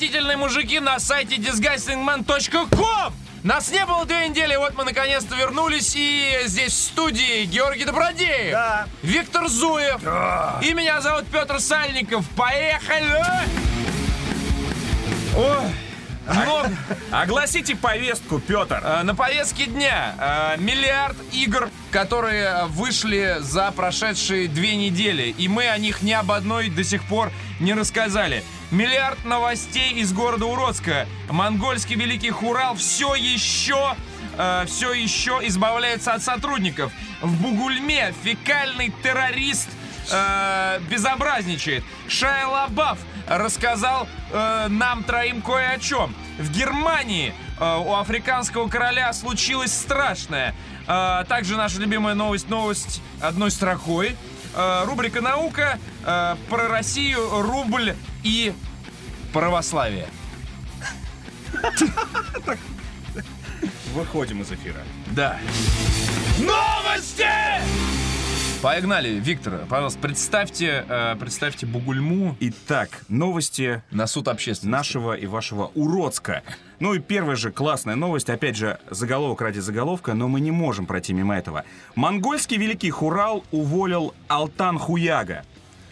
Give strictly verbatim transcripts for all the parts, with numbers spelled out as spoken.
отвратительные мужики на сайте дисгастинг мэн точка ком. Нас не было две недели, вот мы наконец-то вернулись, и здесь в студии Георгий Добродеев, да. Виктор Зуев, да. И меня зовут Петр Сальников. Поехали! Ой. Но... Огласите повестку, Петр. На повестке дня миллиард игр, которые вышли за прошедшие две недели, и мы о них ни об одной до сих пор не рассказали. Миллиард новостей из города Уродска. Монгольский великий Хурал все еще, э, все еще избавляется от сотрудников. В Бугульме фекальный террорист э, безобразничает. Шайя Лабаф рассказал э, нам троим кое о чем. В Германии э, у африканского короля случилось страшное. Э, также наша любимая новость, новость одной строкой. Э, рубрика «Наука», э, про Россию, рубль и православие. Выходим из эфира. Да. Новости! Погнали, Виктор, пожалуйста, представьте, э, представьте Бугульму. Итак, новости на суд общественности нашего и вашего Уродска. Ну и первая же классная новость, опять же, заголовок ради заголовка, но мы не можем пройти мимо этого. Монгольский великий Хурал уволил Алтан Хуяга.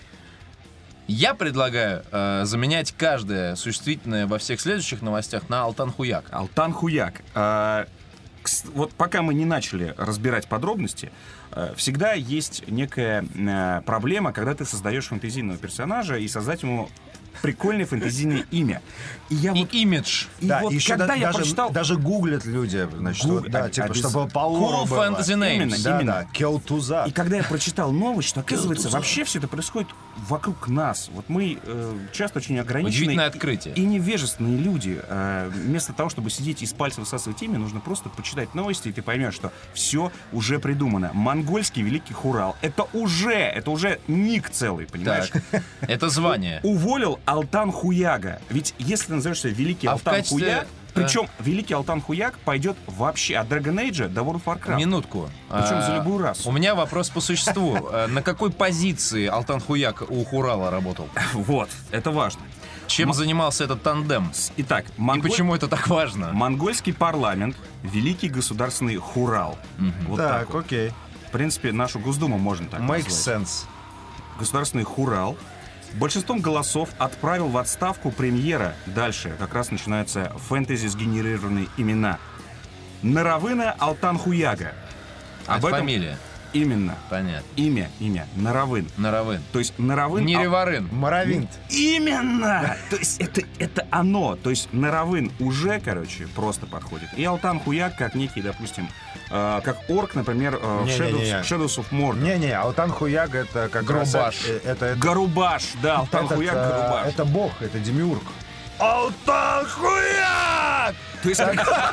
Я предлагаю э, заменять каждое существительное во всех следующих новостях на Алтан Хуяг. Алтан Хуяг. Э, вот пока мы не начали разбирать подробности, э, всегда есть некая э, проблема, когда ты создаешь фэнтезийного персонажа и создать ему прикольное фэнтезийное имя. И, я и вот, имидж. И да, вот еще когда да, я даже, прочитал... Даже гуглят люди, значит, Гуг... вот, да, а, типа, а без... чтобы по лору cool было. fantasy names. Именно, да, именно. Да, Келтуза. И когда я прочитал новость, что, оказывается, вообще все это происходит вокруг нас. Вот мы э, часто очень ограниченные открытие. И, и невежественные люди. Э, вместо того, чтобы сидеть и из пальца высасывать имя, нужно просто почитать новости, и ты поймешь, что все уже придумано. Монгольский великий Хурал. Это уже, это уже ник целый, понимаешь? Так, это звание. Уволил Алтан Хуяга. Ведь если ты назовешься великий а Алтан качестве... Хуяг, причем великий Алтан Хуяг пойдет вообще от Dragon Age до World of Warcraft. Минутку. Причем а, за любую расу. У меня вопрос по существу. На какой позиции Алтан Хуяг у Хурала работал? Вот, это важно. Чем М- занимался этот тандем? Итак, Монголь... и почему это так важно? Монгольский парламент, великий государственный Хурал. Mm-hmm. Вот так, так вот. окей. В принципе, нашу Госдуму можно так Makes назвать. sense. Государственный Хурал большинством голосов отправил в отставку премьера. Дальше как раз начинаются фэнтези-сгенерированные имена. Наравына Алтан Хуяга. А Об этом... фамилия? Именно. Понятно. Имя, имя. Наравын. Наравын. То есть Наравын... Не Реварын. Моровинт. Именно! То есть это, это оно. То есть Наравын уже, короче, просто подходит. И Алтан Хуяг, как некий, допустим, э, как орк, например, э, в Shadows, Shadows of Mordor. Не-не, Алтан Хуяг это как Гарубаш. раз... Это, это, Гарубаш, да, Алтан этот, Хуяг, э, Гарубаш. Это бог, это демиург. Алтан Хуяг! То есть...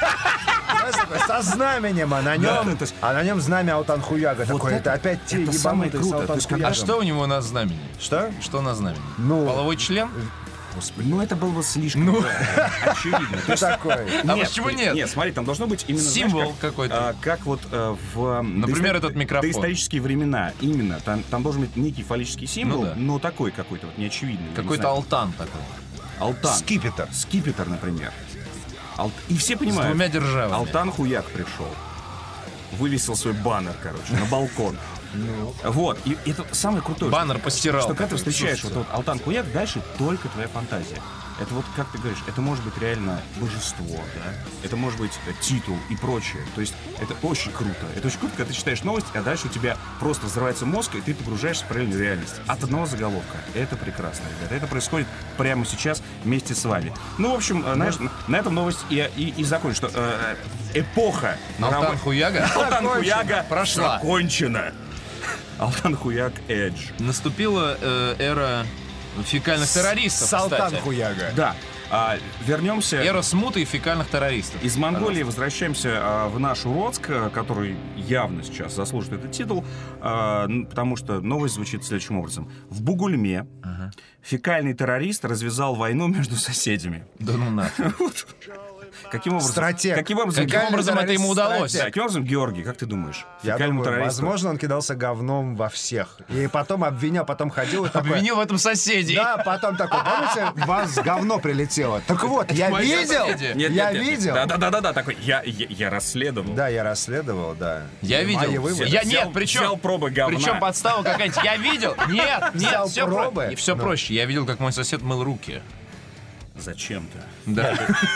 Со знаменем, а на нем, да, есть... а на нем знамя Алтан Хуяга. Вот такое, это, это опять те это самое ебанутые с круто. Алтан есть, Хуягом. А что у него на знамени? Что? Что на знамени? Ну, половой член? Господи. Ну, это было бы слишком ну... очевидно. Что такое? А почему нет? Нет, смотри, там должно быть именно... Символ знаешь, как, какой-то. А, как вот а, в... Например, доисто... этот микрофон. Доисторические времена. Именно. Там, там должен быть некий фаллический символ, ну, да. но такой какой-то вот неочевидный. Какой-то не алтан такой. Алтан. Скипетр. Скипетр, например. Ал... И все понимают. С двумя державами. Алтан Хуяг пришел. Вывесил свой баннер, короче, на балкон. Ну. Вот, и это самое крутое. Баннер что, постирал. Что когда ты встречаешь вот, вот Алтан Хуяг, дальше только твоя фантазия. Это вот, как ты говоришь, это может быть реально божество, да? Это может быть титул и прочее. То есть это очень круто. Это очень круто, когда ты читаешь новости, а дальше у тебя просто взрывается мозг, и ты погружаешься в параллельную реальность. От одного заголовка. Это прекрасно, ребята. Это происходит прямо сейчас вместе с вами. Ну, в общем, ну, знаешь, на этом новость и, и, и закончена. Что э, эпоха Алтан мировой... Хуяга Алтан Хуяга прошла. Закончена. Алтан Хуяг Эдж. Наступила э, эра фекальных террористов, С Алтан кстати. Хуяга. Да. А, вернемся... Эра смуты и фекальных террористов. Из Монголии возвращаемся а, в наш Уродск, который явно сейчас заслужит этот титул, а, потому что новость звучит следующим образом. В Бугульме ага. фекальный террорист развязал войну между соседями. Да ну нахуй. Каким образом? Стратег. Каким образом, Каким образом это ему удалось? Да, каким образом, Георгий, как ты думаешь? Я думаю, возможно, он кидался говном во всех. И потом обвинял, потом ходил и такой... Обвинил в этом соседей. Да, потом такой, помните, вас говно прилетело? тело. Так вот, я моя видел, трагедия. Нет, я нет, нет, видел. Да-да-да-да, такой, я, я, я расследовал. Да, я расследовал, да. Я И мои видел. выводы. Я Взял- нет, причем взял пробы говна. Причем подстава какая-нибудь. Я видел. Нет, нет, Взял все пробы? все Ну. проще. Я видел, как мой сосед мыл руки. Зачем-то. Да.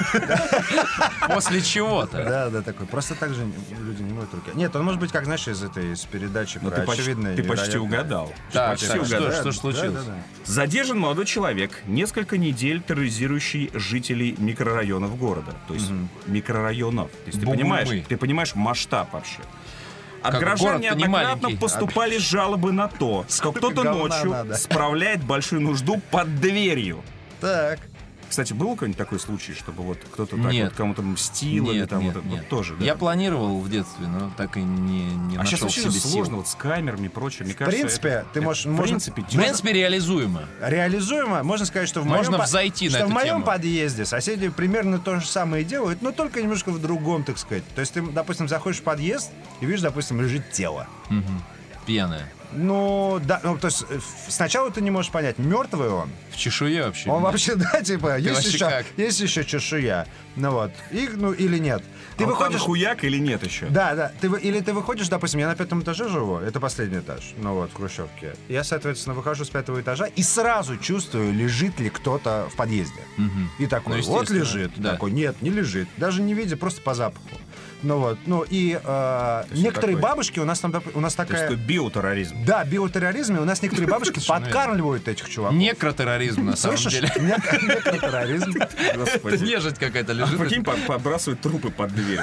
После чего-то. Да, да, такой. Просто так же люди не моют руки. Нет, он может быть, как, знаешь, из этой из передачи Ну, про ты, почти, очевидное. ты почти невероятное. угадал. Так, почти так, угадал. что, что ж случилось? Да, да, да. Задержан молодой человек, несколько недель терроризирующий жителей микрорайонов города. То есть микрорайонов. То есть ты Бу-бу-мы. понимаешь, ты понимаешь масштаб вообще. От Как горожан город-то не неоднократно маленький. поступали жалобы на то, что Сколько кто-то говна ночью надо. справляет большую нужду под дверью. Так. Кстати, был какой-нибудь такой случай, чтобы вот кто-то так Нет. вот кому-то мстил или Нет, там нет, вот, нет. вот тоже, да? Я планировал в детстве, но так и не, не А сейчас нашел в вообще себе сложно сил. вот с камерами и прочее. Мне В кажется, принципе, это- ты это можешь- В можно- принципе, В принципе, реализуемо. Реализуемо, можно сказать, что в Можно моем, по- взойти на что эту в моем тему. подъезде соседи примерно то же самое делают, но только немножко в другом, так сказать. То есть ты, допустим, заходишь в подъезд и видишь, допустим, лежит тело. Пьяная. Ну, да, ну, то есть э, в- сначала ты не можешь понять, мертвый он. В чешуе вообще. Он нет. вообще, да, типа, есть вообще еще, как? есть еще чешуя. Ну вот. И, ну, или нет. Ты а вот выходишь. там хуяк или нет еще? Да, да. Ты, вы- или ты выходишь, допустим, я на пятом этаже живу, это последний этаж, ну вот, в Хрущевке. Я, соответственно, выхожу с пятого этажа и сразу чувствую, лежит ли кто-то в подъезде. И такой, Ну, вот естественно, лежит. да. Такой, нет, не лежит. Даже не видя, просто по запаху. Ну вот, ну и э, есть некоторые такой- бабушки, у нас там, доп- у нас То есть такая... это биотерроризм. Да, биотерроризм, и у нас некоторые бабушки подкармливают этих чуваков. Некротерроризм, на самом Слышишь? деле. Нек- Некротерроризм. Это Господи. нежить какая-то А лежит. прикинь, по- подбрасывают трупы под дверь.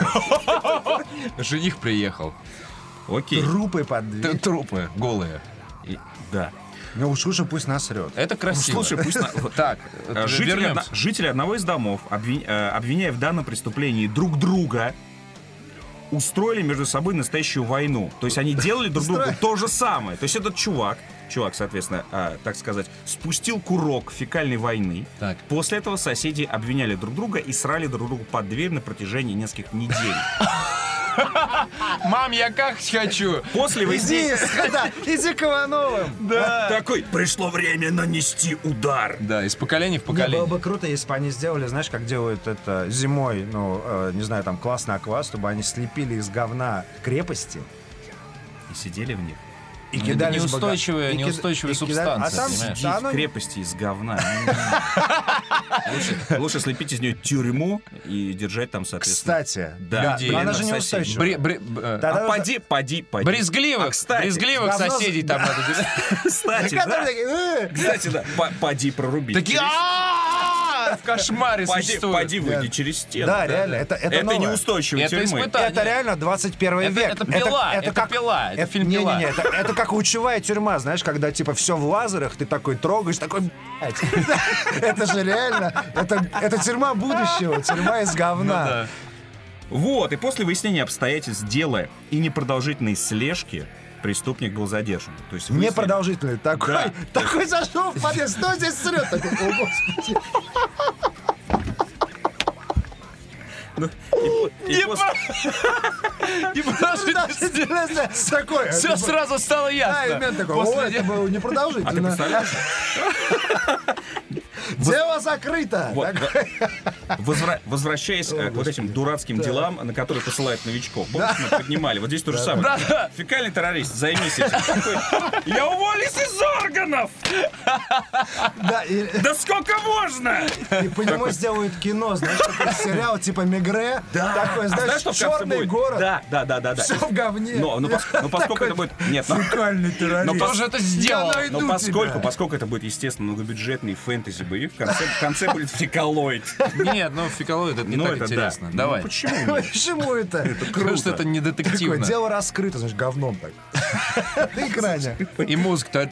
Жених приехал. Окей. Трупы под Т- дверь. Трупы голые. И- Да. Ну уж лучше пусть насрет. Это красиво. Слушай, пусть... на- вот, Так, э, Жители, вернемся. одно- жители одного из домов, обви- э, обвиняя в данном преступлении друг друга, устроили между собой настоящую войну. То есть они делали друг другу то же самое. То есть этот чувак, чувак, соответственно, а, так сказать, спустил курок фекальной войны. Так. После этого соседи обвиняли друг друга и срали друг другу под дверь на протяжении нескольких недель. Мам, я как хочу. После Иди, выяснения... да, иди к Ивановым. Да. Такой, пришло время нанести удар. Да, из поколения в Не, было поколение. бы круто, если бы они сделали, знаешь, как делают это зимой, ну, э, не знаю, там, классный аквас, чтобы они слепили из говна крепости И сидели в них. и Это кидали неустойчивая- неустойчивая субстанция, А там, понимаешь? да, в она- крепости из говна. Лучше, лучше слепить из нее тюрьму и держать там, соответственно. Кстати, Да, да, но она же соседей. неустойчивая. Бри- бри- э, Да, А да, поди, поди, поди. Брезгливых, А, кстати, брезгливых говно- соседей там надо делать. Кстати, Которые да. такие, «Э!» Кстати, да. По- Поди проруби. Такие, Через- «А-а-а!» в кошмаре Поди, существуют. поди выйди через стену. Да, реально, это- это новое. неустойчивая Это тюрьма. испытание. Это реально двадцать первый Это- век. это пила, это пила, это фильм «Пила». Не-не-не, это, это как лучевая тюрьма, знаешь, когда типа все в лазерах, ты такой трогаешь, такой, блядь. Это же реально, это, это тюрьма будущего, тюрьма из говна. Да. Вот, и после выяснения обстоятельств дела и непродолжительной слежки преступник был задержан. То есть выяснили- Непродолжительный. Такой, Да. такой зашел в подъезд, кто здесь срет? Такой, о, господи. Ну, и, и после- Непродолжительно. Такой. Все сразу стало Да, и ясно. мент такой, После о, это было А ты непродолжительно. представляешь? Дело закрыто. Вот, Такой. Возвра- Возвращаясь э, к вот этим дурацким делам, на которые посылают новичков. Помнишь, мы поднимали? Вот здесь то же самое. Да, да. Фекальный террорист, займись этим. Такой, я уволюсь из органов! Да, и, Да сколько можно? и по нему сделают кино, знаешь, такой сериал типа Мегре. Такой, А знаешь, что в конце черный будет? город. Да, да, да, да, да. Все в говне. Но, но, пос- но поскольку это будет... Нет, но, Фекальный террорист. но Кто пос- же это сделал? Я найду но поскольку, тебя. поскольку это будет, естественно, многобюджетный фэнтези-боевик, в конце, в конце будет фекалоид. Нет, ну фекалоид это не Ну, так это интересно. да. Давай. Ну, почему нет? Почему это? Потому что это не Такое детективно. дело раскрыто, знаешь, говном так. На экране. И музыка.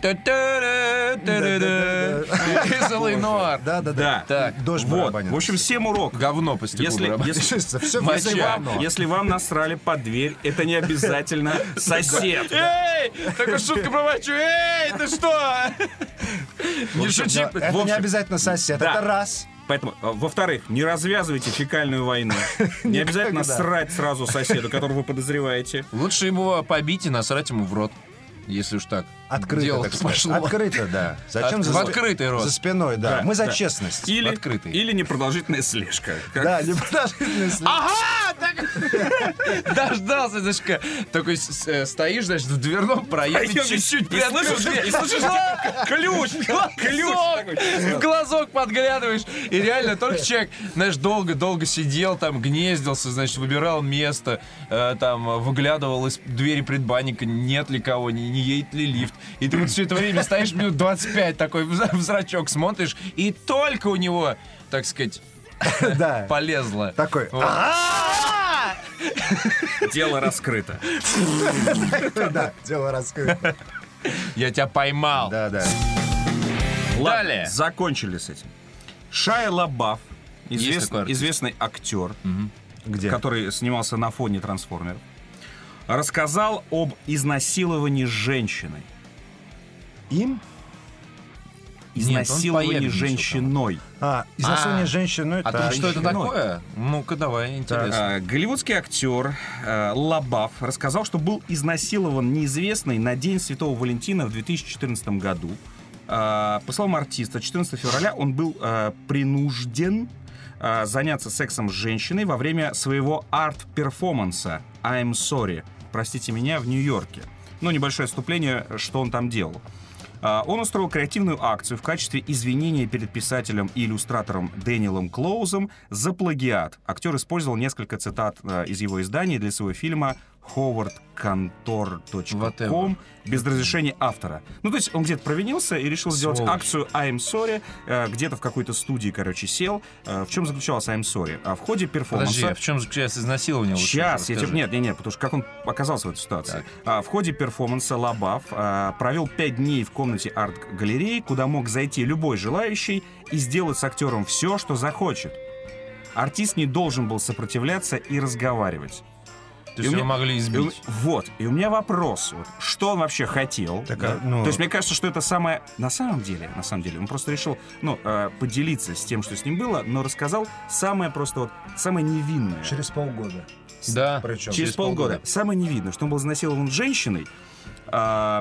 Веселый нуар. Да, да, Да. Так, Дождь Вот, барабанит. в общем, всем урок. говно по стеклу Если, барабанит. если, Все Моча. все вам, говно. если вам насрали под дверь, это не обязательно сосед. Эй! Такая шутка про мочу. Эй, ты что? Не шути. Но Это не обязательно сосед, Да. это раз. Поэтому, э, во-вторых, не развязывайте фекальную войну. Не обязательно Никогда. срать сразу соседу, которого вы подозреваете. Лучше его побить и насрать ему в рот. если уж так Открыто, дело так сказать. пошло. Открыто, да. Зачем От- за в спи- открытый рост. За спиной, да. Да, Мы за да. честность. Или, открытый. или непродолжительная слежка. Как- Да, непродолжительный след. Ага! Так... Дождался, значит, ка- такой с- э, стоишь, значит, в дверном проеме, Проеме. чуть-чуть И приоткрыл слышишь, дверь. и слышишь, ключ, ключ такой. В глазок подглядываешь. И реально только человек, знаешь, долго-долго сидел там, гнездился, значит, выбирал место, э, там, выглядывал из двери предбанника, нет ли кого, не, не едет ли лифт. И ты вот все это время стоишь минут двадцать пять такой в в зрачок смотришь, и только у него, так сказать, Да. полезло. Такой. Вот. Дело раскрыто. Да, дело раскрыто. Я тебя поймал. Да, да. Далее. Ладно, закончили с этим. Шайа Лабаф, Есть извест- такой артист. известный актер, Где? который снимался на фоне трансформеров, рассказал об изнасиловании женщиной. Им? Изнасиловании поябедничал там. женщиной. А, изнасилование А, женщин, ну это... А ты что это женщина. такое? Ну-ка давай, интересно. А, голливудский актер э, Лабаф рассказал, что был изнасилован неизвестной на День Святого Валентина в две тысячи четырнадцатом году. А, по словам артиста, четырнадцатого февраля он был а, принужден а, заняться сексом с женщиной во время своего арт-перформанса «I'm sorry», «Простите меня» в Нью-Йорке. Ну, небольшое отступление, что он там делал. А, Он устроил креативную акцию в качестве извинения перед писателем и иллюстратором Дэниелом Клоузом за плагиат. Актер использовал несколько цитат а, из его изданий для своего фильма ховард контор точка ком без разрешения автора. Ну, то есть он где-то провинился и решил сделать Сволочь. акцию I'm sorry, э, где-то в какой-то студии, короче, сел. Э, В чем заключался I'm sorry? А в ходе перформанса... Подожди, а в чем заключается изнасилование? лучше Сейчас, я расскажи. тебе... Нет, нет, нет, потому что как он оказался в этой ситуации. Так. А, в ходе перформанса Лабаф а, провел пять дней в комнате арт-галереи, куда мог зайти любой желающий и сделать с актером все, что захочет. Артист не должен был сопротивляться и разговаривать. То И есть у его меня- могли И у- избить. Вот, и у меня вопрос, вот, что он вообще хотел? Так, да? а, ну- То есть мне кажется, что это самое... На самом деле, на самом деле, он просто решил, ну, э, поделиться с тем, что с ним было, но рассказал самое просто вот, самое невинное. Через полгода. Да. Причем. Через полгода. Самое невинное, что он был изнасилован женщиной. А,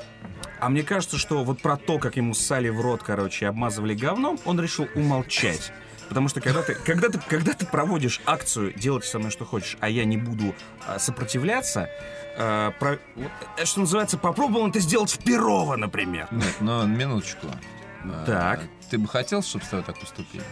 а мне кажется, что вот про то, как ему ссали в рот, короче, и обмазывали говном, он решил умолчать. Потому что когда ты, когда ты, когда ты проводишь акцию «Делайте со мной что хочешь, а я не буду а, сопротивляться», а, про- вот, э, что называется, попробовал это сделать в Перово, например. Нет, ну, минуточку. Так. А, ты бы хотел, чтобы с тобой так поступили?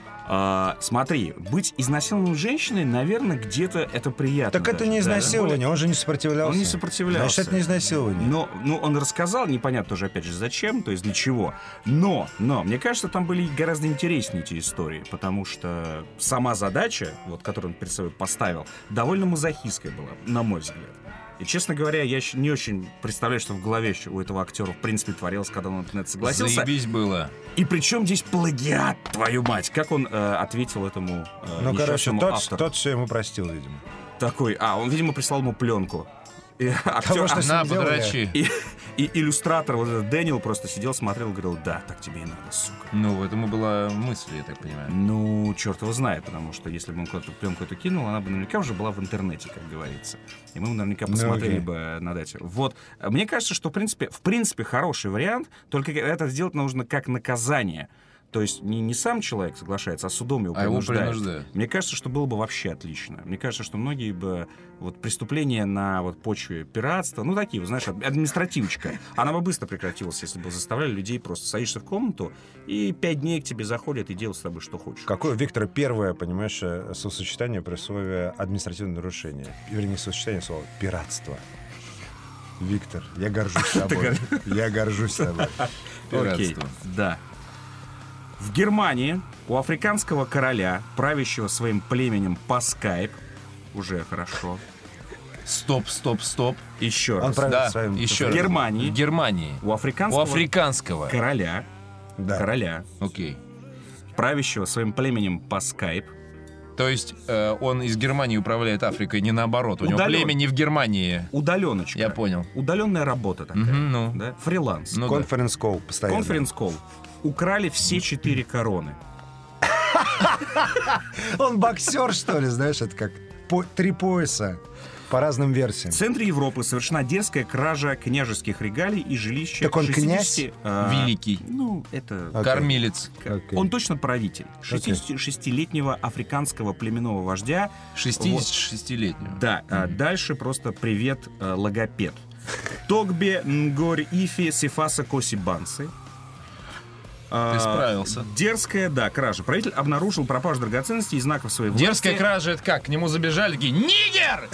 А, смотри, быть изнасилованным женщиной, наверное, где-то это приятно. Так это даже, не да. изнасилование, он же не сопротивлялся. Он не сопротивлялся. Значит, это не изнасилование. Но, ну, он рассказал, непонятно тоже, опять же, зачем, то есть для чего. Но, но, мне кажется, там были гораздо интереснее эти истории, потому что сама задача, вот, которую он перед собой поставил, довольно мазохистская была, на мой взгляд. И, честно говоря, я еще не очень представляю, что в голове еще у этого актера, в принципе, творилось, когда он на это согласился. Заебись было. И причем здесь плагиат, твою мать. Как он э, ответил этому э, Ну, короче, несчастному тот, автору? тот все ему простил, видимо. Такой, а, он, видимо, прислал ему пленку. И актер- Того, что с На, ним делали. подрачи. И, и иллюстратор, вот этот Дэниел, просто сидел, смотрел и говорил, да, так тебе и надо, сука. Ну, в этом и была мысль, я так понимаю. Ну, черт его знает, потому что если бы он куда-то пленку эту кинул, она бы наверняка уже была в интернете, как говорится. И мы наверняка Ну, посмотрели окей. бы на дате. Вот. Мне кажется, что, в принципе, в принципе, хороший вариант, только это сделать нужно как наказание. То есть не, не сам человек соглашается, а судом его А его принуждает. принуждают. Мне кажется, что было бы вообще отлично. Мне кажется, что многие бы вот преступления на вот почве пиратства, ну такие, вот, знаешь, ад- административочка, она бы быстро прекратилась, если бы заставляли людей просто садишься в комнату и пять дней к тебе заходят и делают с тобой что хочешь. Какое, Виктор, первое, понимаешь, э, словосочетание при слове административное нарушение? Вернее, словосочетание слова «пиратство». Виктор, я горжусь собой. Я горжусь собой. Окей, Пиратство. да. В Германии у африканского короля, правящего своим племенем по скайп, уже хорошо. Стоп, стоп, стоп. Еще Он раз. правит Да, своим... еще В раз. Германии В Германии. у У африканского африканского. короля, Да. короля, Окей. правящего своим племенем по скайп, То есть э, он из Германии управляет Африкой, не наоборот. У него Удален. племя не в Германии. удаленочка. Я понял. Удаленная работа такая. Мгм, ну. Да? Фриланс. Ну да. Конференц-колл постоянно. Конференц-колл. Украли все четыре короны. Он боксер, что ли, знаешь, это как по- три пояса. По разным версиям. В центре Европы совершена дерзкая кража княжеских регалий и жилища. Так он шестидесяти, а, Великий. Ну, это... Окей. Кормилец. Окей. Он точно правитель. шестидесятишестилетнего африканского племенного вождя. шестидесятишестилетнего. Да, а дальше просто привет, а, логопед. Тогбе Нгор Ифи Сифаса Косибанцы. Ты справился. Дерзкая, да, кража. Правитель обнаружил пропажу драгоценностей и знаков своей власти. Дерзкая кража — это как? К нему забежали такие: «Нигер!»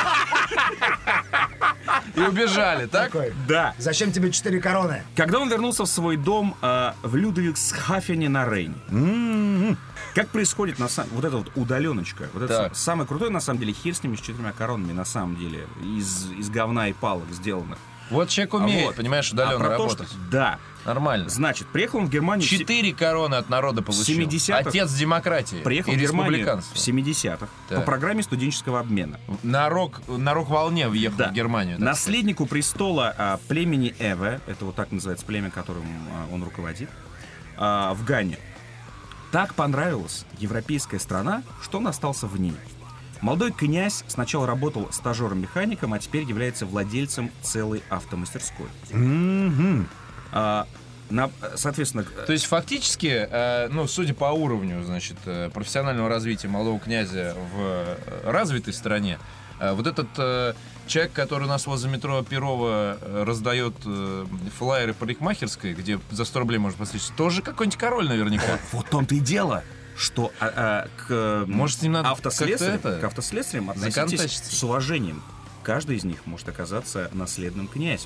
И убежали, так? Такой. Да. Зачем тебе четыре короны? Когда он вернулся в свой дом а, в Людвигсхафене на Рейне. М-м-м. Как происходит на самом... Вот эта вот удаленочка. Вот это Так. са- самое крутое, на самом деле, хер с ними, с четырьмя коронами, на самом деле. Из, из говна и палок сделанных. Вот человек А умеет, вот. понимаешь, А удаленно про то, работать. что- Да. Нормально. Значит, приехал он в Германию... в се- Четыре короны от народа получил. семидесятых Отец демократии Приехал и в Германию республиканства. в семидесятых по Так. программе студенческого обмена. На рок, на рок-волне въехал Да. в Германию. так сказать. Наследнику престола а, племени Эве, это вот так называется племя, которым а, он руководит, а, в Гане, так понравилась европейская страна, что он остался в ней. Молодой князь сначала работал стажером-механиком, а теперь является владельцем целой автомастерской. М-м-м. А, на- соответственно, То есть фактически, э, ну, судя по уровню, значит, э, профессионального развития молодого князя в э, развитой стране, э, вот этот э, человек, который у нас возле метро Перова э, раздает э, флаеры парикмахерской, где за сто рублей можно постричься, тоже какой-нибудь король наверняка. вот в том-то и дело, что а, а, к Может, с ним надо автослесарям, как-то это к автослесарям относитесь законтачиться. с уважением. Каждый из них может оказаться наследным князем.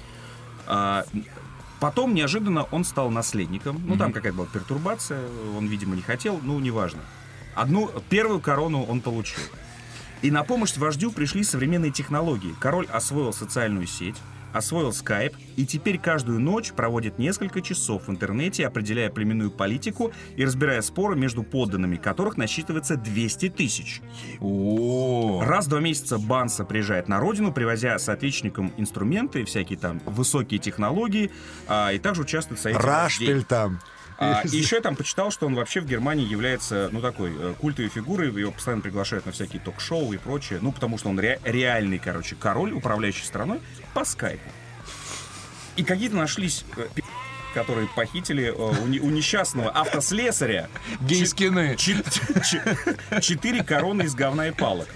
А, потом неожиданно он стал наследником. Ну, там какая-то была пертурбация, он, видимо, не хотел, ну, неважно. Одну, первую корону он получил. И на помощь вождю пришли современные технологии. Король освоил социальную сеть, освоил скайп, и теперь каждую ночь проводит несколько часов в интернете, определяя племенную политику и разбирая споры между подданными, которых насчитывается двести тысяч. О, Раз в два месяца Банса приезжает на родину, привозя соотечественникам инструменты, всякие там высокие технологии, а, и также участвует в совете Рашпиль вождей. там. А, и еще я там почитал, что он вообще в Германии является, ну, такой э, культовой фигурой, его постоянно приглашают на всякие ток-шоу и прочее, ну, потому что он ре- реальный, короче, король, управляющий страной по скайпу. И какие-то нашлись э, пи***, которые похитили э, у, не- у несчастного автослесаря гей-скины. чет- ч- четыре короны из говна и палок.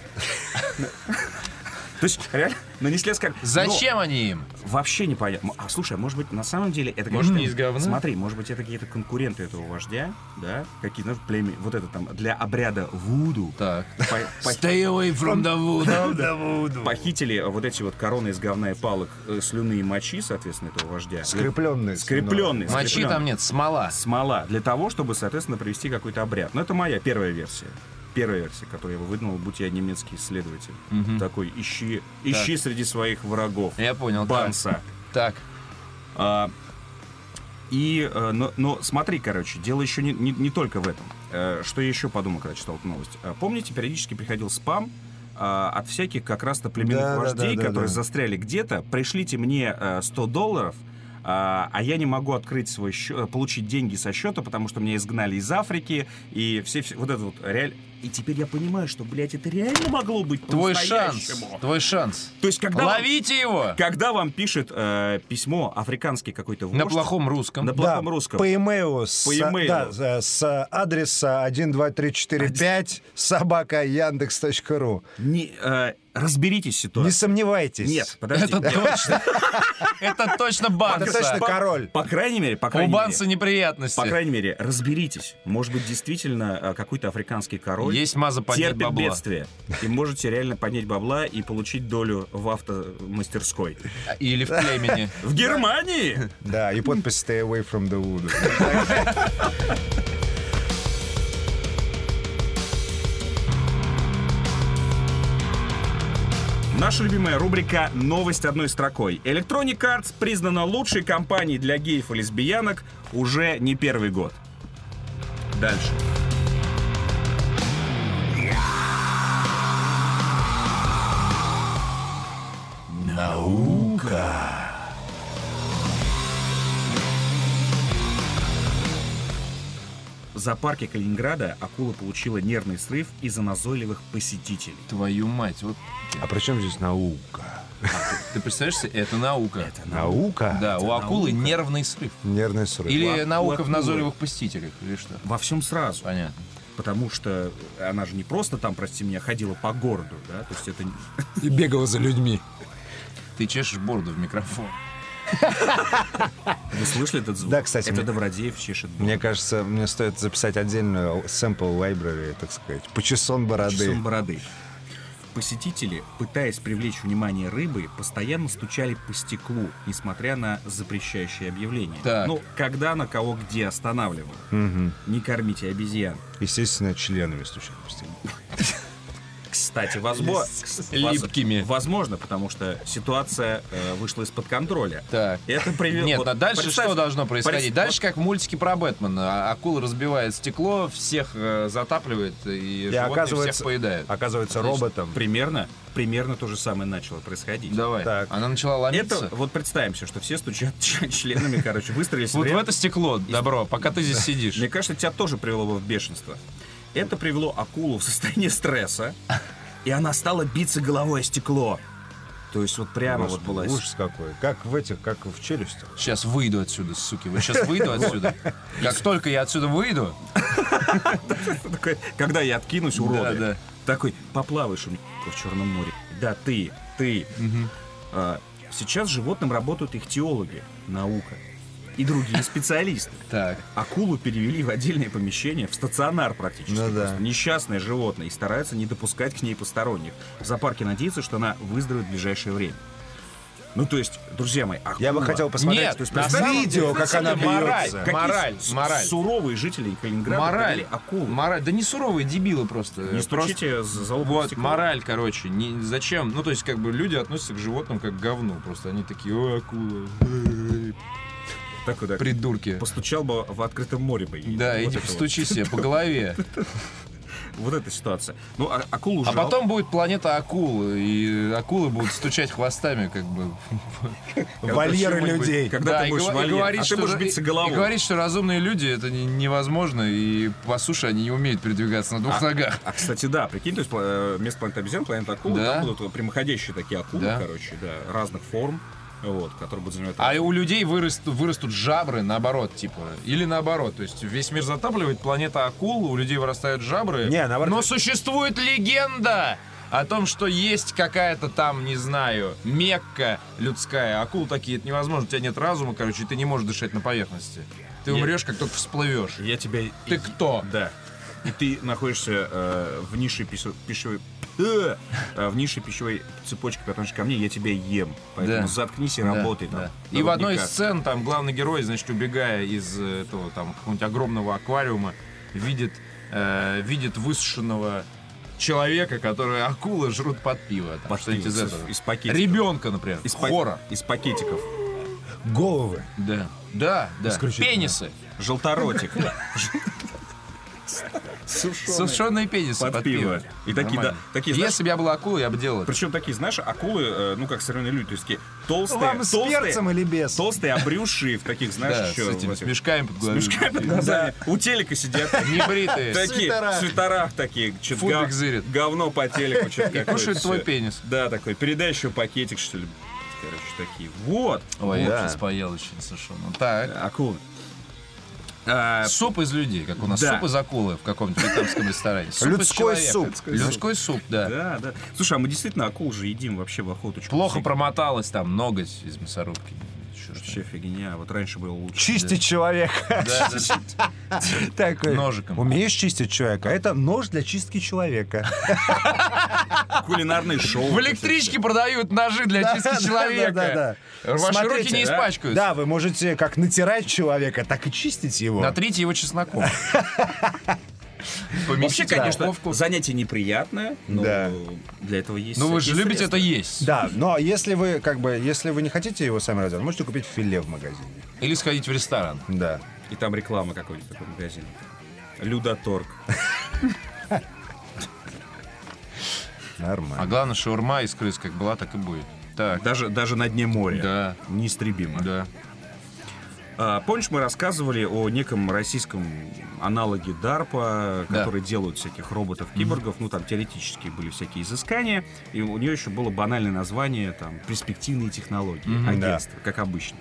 То есть, реально, нанесли скайп. Но Зачем они им? вообще непонятно. А слушай, а может быть, на самом деле, это Может, конечно, не из говна? Смотри, может быть, это какие-то конкуренты этого вождя, да? Какие-то, знаешь, племя, вот это там, для обряда вуду. Так. По- по- Stay away from the wood. Похитили вот эти вот короны из говна и палок, э, слюны и мочи, соответственно, этого вождя. Скрепленные. Скрепленные. Мочи там нет, смола. Смола. Для того, чтобы, соответственно, провести какой-то обряд. Но это моя первая версия. Первая версия, которую я бы выдумал, будь я немецкий исследователь. Такой, ищи, ищи среди своих врагов. Я понял. так. Банса. Так. А, и, э, но, но смотри, короче, дело еще не, не, не только в этом. Э, что я еще подумал, когда читал эту новость. Э, Помните, периодически приходил спам а, от всяких как раз-то племенных Да, да, вождей, да, да, которые да. застряли где-то. Пришлите мне э, сто долларов, а, а я не могу открыть свой счет, получить деньги со счета, потому что меня изгнали из Африки, и все, все вот это вот реально. И теперь я понимаю, что, блядь, это реально могло быть Твой шанс. по-настоящему. Твой шанс. То есть, когда вам- Ловите его. когда вам пишет э, письмо африканский какой-то вождь, На плохом русском. на плохом русском, По имейлу. С, По имейлу. Да, с- с адреса один два три четыре пять собака яндекс точка ру. не, э, разберитесь с Не ситуацией. сомневайтесь. Нет, подождите. Это точно. Это точно Это Банса. точно король. По крайней мере, по У крайней Банса мере, неприятности. по крайней мере, разберитесь. Может быть, действительно э, какой-то африканский король Есть маза поднять терпит бабла. бедствие. И можете реально поднять бабла и получить долю в автомастерской. Или в племени. В Германии! Да, и подпись Stay away from the wood. Наша любимая рубрика «Новость одной строкой». Electronic Arts признана лучшей компанией для геев и лесбиянок уже не первый год. Дальше. В зоопарке Калининграда акула получила нервный срыв из-за назойливых посетителей. Твою мать, вот. А при чем здесь наука? Ты представляешь себе, это наука. Это Наука? Да, Это у акулы наука. нервный срыв. Нервный срыв. Или У наука в акулы. назойливых посетителях, или что? Во всем сразу. Понятно. Потому что она же не просто там, прости меня, ходила по городу, да? То есть это... не- И бегала за людьми. Ты чешешь бороду в микрофон. Вы слышали этот звук? Да, кстати, Это мне- Добродеев чешет бороду. Мне кажется, мне стоит записать отдельную sample library, так сказать. Почесон бороды. Чесон бороды. Посетители, пытаясь привлечь внимание рыбы, постоянно стучали по стеклу, несмотря на запрещающие объявления. Так. Ну, когда на кого где останавливал. Мгм. Не кормите обезьян. Естественно, членами стучали по стеклу. Кстати, возможно, липкими. возможно, потому что ситуация э, вышла из-под контроля. Так. Это привело. Нет, вот а дальше представь- что должно происходить? представь- Дальше как в мультике про Бэтмена. А- Акула разбивает стекло, всех э, затапливает, и, И животные оказывается, всех поедают. оказывается Отлично. роботом. Примерно, примерно то же самое начало происходить. Давай. Так. Она начала ломиться. Это, вот представим себе, что все стучат членами, короче, выстрелились Вот в ряд. это стекло, добро, пока ты здесь сидишь. Мне кажется, тебя тоже привело бы в бешенство. Это привело акулу в состояние стресса, и она стала биться головой о стекло. То есть вот прямо вот была... Ужас какой. Как в этих, как в челюстях. Сейчас выйду отсюда, суки. Вот сейчас выйду отсюда. Как только я отсюда выйду, Такой, когда я откинусь, уроды. Да, да. Такой, поплаваешь у меня в Черном море. Да, ты, ты. А, сейчас животным работают ихтиологи, наука, и другие специалисты. так. Акулу перевели в отдельное помещение, в стационар практически. Ну да. Просто несчастное животное, и стараются не допускать к ней посторонних. В зоопарке надеются, что она выздоровеет в ближайшее время. Ну, то есть, друзья мои, акула... Я бы хотел посмотреть Нет, то есть, на на самом видео, деле, как она мораль. бьется. Какие Мораль, с- мораль. Суровые жители Калининграда Мораль. провели акулу. Мораль. Да не суровые, дебилы просто. Не Просто- стучите за залупу в Вот, стекло. мораль, короче. Не, зачем? Ну, то есть, как бы люди относятся к животным как к говну. Просто они такие, о, акула. Так вот, так. Придурки. Постучал бы в открытом море бы. ей. Да, Вот иди это постучи себе по голове. Вот, вот эта ситуация. Ну, а, акулу А жал- потом будет планета акул, и акулы будут стучать хвостами, как бы. Вольеры Почему-нибудь. людей. Когда Да, ты и будешь гова- и вольер, говорить, а ты что- будешь биться и- головой. И говорить, что разумные люди это не- невозможно, и по суше они не умеют передвигаться на двух ногах. А, кстати, да, прикинь, то есть э, вместо планеты обезьян, планета акулы, Да. там будут прямоходящие такие акулы, Да. короче, да, разных форм, вот, которые будут занимать... А у людей вырастут, вырастут жабры, наоборот, типа. Или наоборот. То есть весь мир затапливает, планета акул, у людей вырастают жабры. Не, наоборот. Но существует легенда о том, что есть какая-то там, не знаю, Мекка людская. Акул такие, это невозможно, у тебя нет разума, короче, и ты не можешь дышать на поверхности. Ты Я- умрешь, как только всплывешь. Я тебя... Ты и- кто? Да. И ты находишься э, в нише писо- пищевой... э, э, в нише пищевой цепочки, потому что ко мне я тебя ем. Поэтому Да. заткнись и Да, работай да. там. И в одной из Наверняка. сцен там главный герой, значит, убегая из э, этого там какого-нибудь огромного аквариума, видит, э, видит высушенного человека, который акулы жрут под пиво. Там, Под что-нибудь пиво, из из- этого. из пакетиков. Ребенка, например. Из, па- Хора. из пакетиков. Головы. Да. Да, да. Исключительно. Пенисы. Желторотик. Сушеные пенисы под, Под пиво. пиво. И такие, Нормально. да, такие, знаешь, Если бы я был акулой, я бы делал это. причем такие, знаешь, акулы, э, ну, как современные люди, то есть такие толстые, Вам с толстые, перцем или без? толстые, обрюшие, в таких, знаешь, Да, еще... с этими в с этих- мешками под с глазами. мешками под глазами. У телека сидят. Небритые. Такие, свитерах. в свитерах такие, что-то Футбик гов- зырит. говно по телеку, что-то И кушает твой пенис. Да, такой, передай еще пакетик, что ли. Короче, такие. Вот. Ой, я Да. сейчас поел очень совершенно. Так. Акулы. А, Суп из людей, как у нас Да. суп из акулы в каком-то вьетнамском ресторане. Суп из Людской человека. суп. Людской суп, да. да, да. Слушай, а мы действительно акул же едим вообще в охоточку. Плохо промоталась там ноготь из мясорубки. Чё ж Вообще фигня. Вот раньше было лучше. Чистить человека. Да, да. Такой. Ножиком. Умеешь чистить человека? Это нож для чистки человека. Кулинарное шоу. В электричке продают ножи для чистки человека. Да, да, да. Ваши Смотрите, руки не да? испачкаются. Да, вы можете как натирать человека, так и чистить его. Натрите его чесноком. Вообще, Поместите конечно, в духовку. занятие неприятное, но Да. для этого есть. Ну вы же всякие любите это средства. есть. Да, но если вы как бы, если вы не хотите его сами разделать, можете купить филе в магазине. Или сходить в ресторан. Да. И там реклама какой-нибудь такой магазин. Людоторг. А Нормально. главное, шаурма из крыс как была, так и будет. Так. Даже, даже на дне моря. Да. Неистребимо. Да. А, помнишь, мы рассказывали о неком российском аналоге DARPA, Да. который делают всяких роботов-киборгов, ну, там теоретически были всякие изыскания, и у нее еще было банальное название, там, перспективные технологии, агентство, как обычно.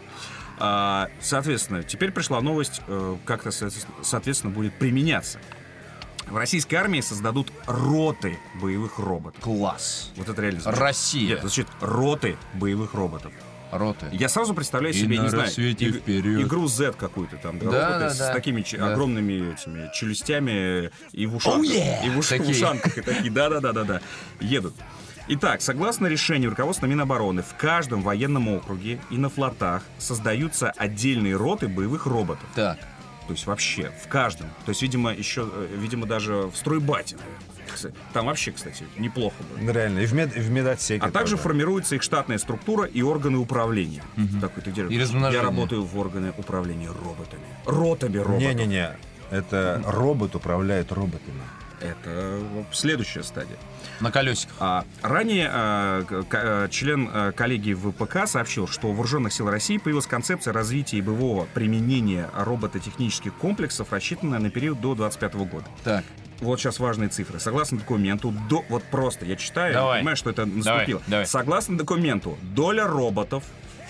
А, соответственно, теперь пришла новость, э, как это, соответственно, соответственно, будет применяться. В российской армии создадут роты боевых роботов. Класс. Вот это реально звучит. Россия. Нет, значит, роты боевых роботов. Роты. Я сразу представляю И себе, на не знаю, рассвете иг- вперед. игру Z какую-то там, да, Да, роботы да, с да. такими ч- Да. огромными этими челюстями и в ушанках. Oh, yeah! И в, уш- в Такие. ушанках и такие, да-да-да-да-да, едут. Итак, согласно решению руководства Минобороны, в каждом военном округе и на флотах создаются отдельные роты боевых роботов. Так. То есть вообще в каждом. То есть, видимо, еще, э, видимо, даже в стройбате. Кстати, там вообще, кстати, неплохо бы. Ну, реально, и в, мед, и в медотсеке. А также тоже. формируется их штатная структура и органы управления. Такой ты делаешь. И размножение. Я работаю в органы управления роботами. Ротами роботов. Не-не-не, это робот управляет роботами. Это следующая стадия. На колесиках. А, ранее а, к- к- член а, коллегии ВПК сообщил, что у Вооруженных сил России появилась концепция развития и боевого применения робототехнических комплексов, рассчитанная на период до двадцать пятого года. Так. Вот сейчас важные цифры. Согласно документу, до, вот просто я читаю, Давай. понимаю, что это наступило. давай. Согласно документу, доля роботов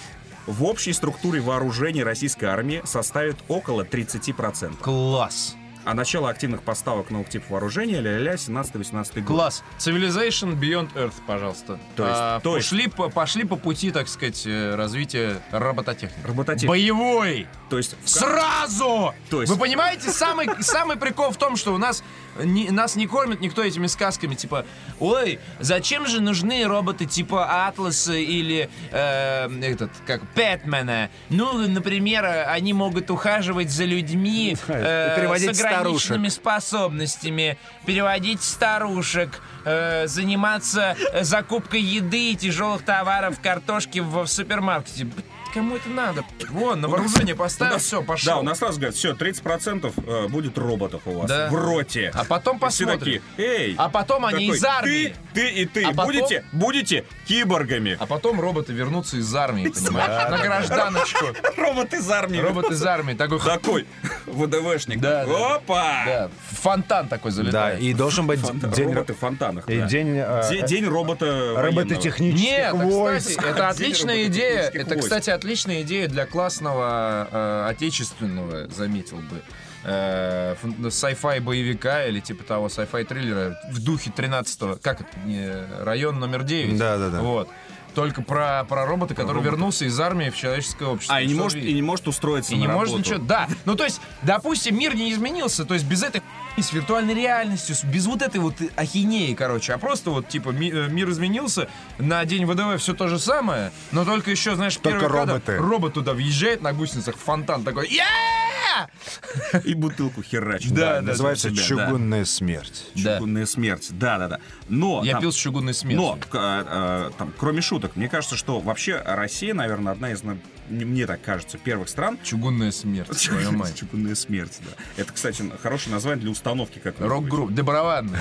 в общей структуре вооружений российской армии составит около тридцать процентов. Класс. А начало активных поставок новых типов вооружения ля-ля-ля семнадцатый-восемнадцатый год. Класс. Civilization Beyond Earth, пожалуйста. То есть- А, то есть- пошли, по, пошли по пути, так сказать, э, развития робототехники. Робототехника. Боевой! То есть в Сразу! То есть- Вы понимаете, самый, самый прикол в том, что у нас не, нас не кормит никто этими сказками, типа, ой, зачем же нужны роботы типа Атласа или э, этот, как, Пэтмена? Ну, например, они могут ухаживать за людьми э, Переводить с ограниченными способностями, переводить старушек, э, заниматься э, закупкой еды и тяжелых товаров, картошки в, в супермаркете. Б***ь, кому это надо? Вон, на вооружение поставил, все, пошел. Да, у нас сразу говорят, все, тридцать процентов э, будет роботов у вас Да. в роте. А потом И все посмотрим. такие, эй. А потом они такой, из армии. Ты, ты и ты А потом- будете, будете киборгами. А потом роботы вернутся из армии, понимаешь? На гражданочку. Робот из армии. Робот из армии. Такой, Такой ВДВшник. Да, да. Опа! да, фонтан такой Да, залетает. и должен быть Фонтан- день, роботы в фонтанах. и да. день, э, Де- день робота военного. робототехнических Нет, а, войск. кстати, это отличная идея. робототехнических Это, войск. кстати, отличная идея для классного э, отечественного, заметил бы, э, фан- sci-fi боевика или типа того sci-fi триллера в духе тринадцатого, как это, не, район номер девять. Да-да-да. Вот. Только про, про робота, который робота. вернулся из армии в человеческое общество. А, и не, Что может, вы- и не может устроиться И на не работу. может ничего. Да. Ну, то есть, допустим, мир не изменился, то есть без этой хуйни с виртуальной реальностью, с- без вот этой вот ахинеи, короче, а просто вот, типа, ми- э, мир изменился, на день ВДВ все то же самое, но только еще, знаешь, Только первый кадр, роботы. робот туда въезжает на гусеницах, фонтан такой, я И бутылку херачит. Да, да, Называется себя, да. «Чугунная смерть». Да. Чугунная смерть. Да-да-да. Но... Я там- пил с чугунной смертью. Но, к- а, а, там, кроме шуток, мне кажется, что вообще Россия, наверное, одна из, на- мне так кажется, первых стран. Чугунная смерть, твою мать. Чугунная смерть, да. Это, кстати, хорошее название для установки как Рок-групп, для барабанной.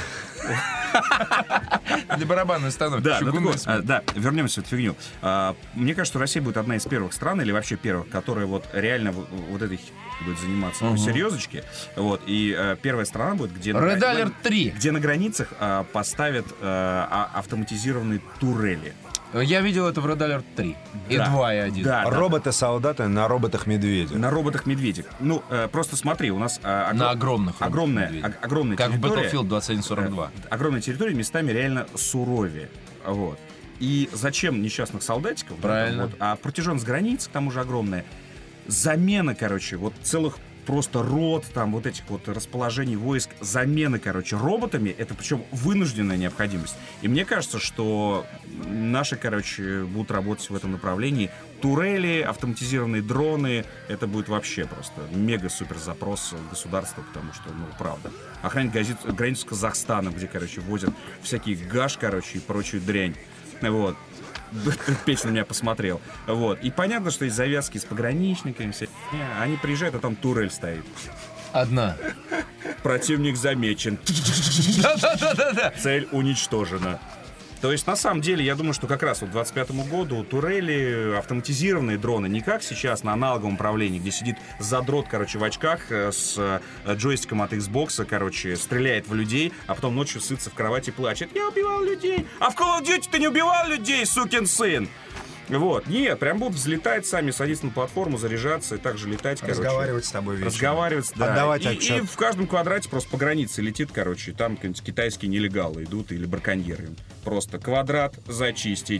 Для барабанной установки. Да, ну, Чугунная так вот, смерть. а, да, вернемся в эту фигню. А, мне кажется, что Россия будет одна из первых стран, или вообще первых, которая вот реально вот, вот этой херней будет заниматься по серьезочке. Вот, и а, первая страна будет, где... на Red гра- Alert три. Где на границах а, поставят а, а, автоматизированные турели. Я видел это в Red Alert три. И Да. два, и один. Да, да, Роботы-солдаты на роботах-медведях. на роботах-медведях. Ну, э, просто смотри, у нас... э, огром- На огромных Огромная, роботах-медведях. ог- огромная Как в территория. Battlefield двадцать один сорок два. Э, Огромная территория местами реально суровее. Вот. И зачем несчастных солдатиков? да, Правильно. там вот, а протяженность границ к тому же огромная. Замена, короче, вот целых просто рот, там вот этих вот расположений войск, замена, короче, роботами, это причем вынужденная необходимость. И мне кажется, что наши, короче, будут работать в этом направлении. Турели, автоматизированные дроны, это будет вообще просто мега-супер запрос государства, потому что, ну, правда. Охранять газет- границу с Казахстаном, где, короче, возят всякий гаш, короче, и прочую дрянь. Вот. Песня на меня посмотрел. Вот. И понятно, что есть завязки с пограничниками, вся фигня. Они приезжают, а там турель стоит. Одна. Противник замечен. Да-да-да-да-да. Цель уничтожена. То есть, на самом деле, я думаю, что как раз вот к двадцать пятому году турели, автоматизированные дроны, не как сейчас на аналоговом управлении, где сидит задрот, короче, в очках с джойстиком от Xbox, короче, стреляет в людей, а потом ночью сытся в кровати и плачет. Я убивал людей! А в Call of Duty ты не убивал людей, сукин сын! Вот, нет, прям будут взлетать сами, садиться на платформу, заряжаться и также летать, короче. Разговаривать с тобой вечером. Разговаривать, да. Отдавать и, отчет. и в каждом квадрате просто по границе летит, короче, там какие-нибудь китайские нелегалы идут или браконьеры. Просто квадрат зачистить.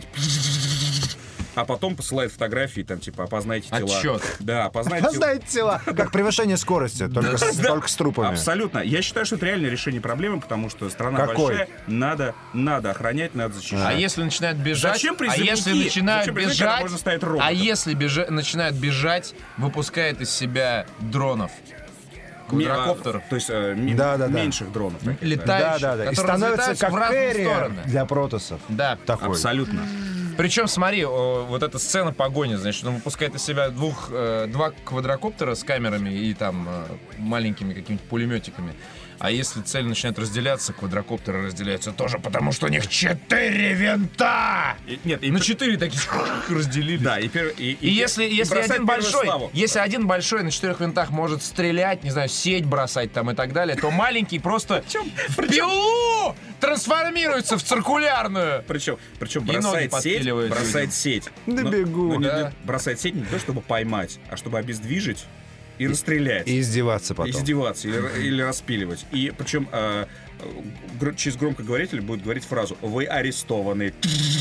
А потом посылает фотографии, там, типа, опознайте тела. Отчет. Да, опознайте тела. Опознайте тела. Как превышение скорости, только с только с трупами. Абсолютно. Я считаю, что это реальное решение проблемы, потому что страна Какой? большая, надо, надо охранять, надо защищать. А если начинают бежать, Зачем а призывники? если начинают Зачем призывники, когда бежать, можно ставить роботов? а если бежа- начинают бежать, выпускает из себя дронов, Ми- квадрокоптеров, а, То есть э, ми- Да, да, да. меньших дронов. таких, да. летающих, Да, да, да. И которые становится разлетаются как в разные кэрриер стороны. для протоссов. Да. Такой. Абсолютно. Причем, смотри, о, вот эта сцена погони, значит, он выпускает из себя двух, э, два квадрокоптера с камерами и там э, маленькими какими-то пулеметиками. А если цель начинает разделяться, квадрокоптеры разделяются тоже, потому что у них четыре винта! И- нет, и На пр- четыре таких разделились. Да, и, пер- и, И если, и если бросать один первую большой, славу. если один большой на четырех винтах может стрелять, не знаю, сеть бросать там и так далее, то маленький просто в пилу трансформируется в циркулярную. Причем, причем И ноги бросает сеть, подпиливает бросает людям. сеть. Да Но- бегу. но не- Да. бросает сеть не то, чтобы поймать, а чтобы обездвижить и расстрелять. И издеваться И потом. издеваться или, или распиливать. И причем э, гр- через громкоговоритель будет говорить фразу «Вы арестованы».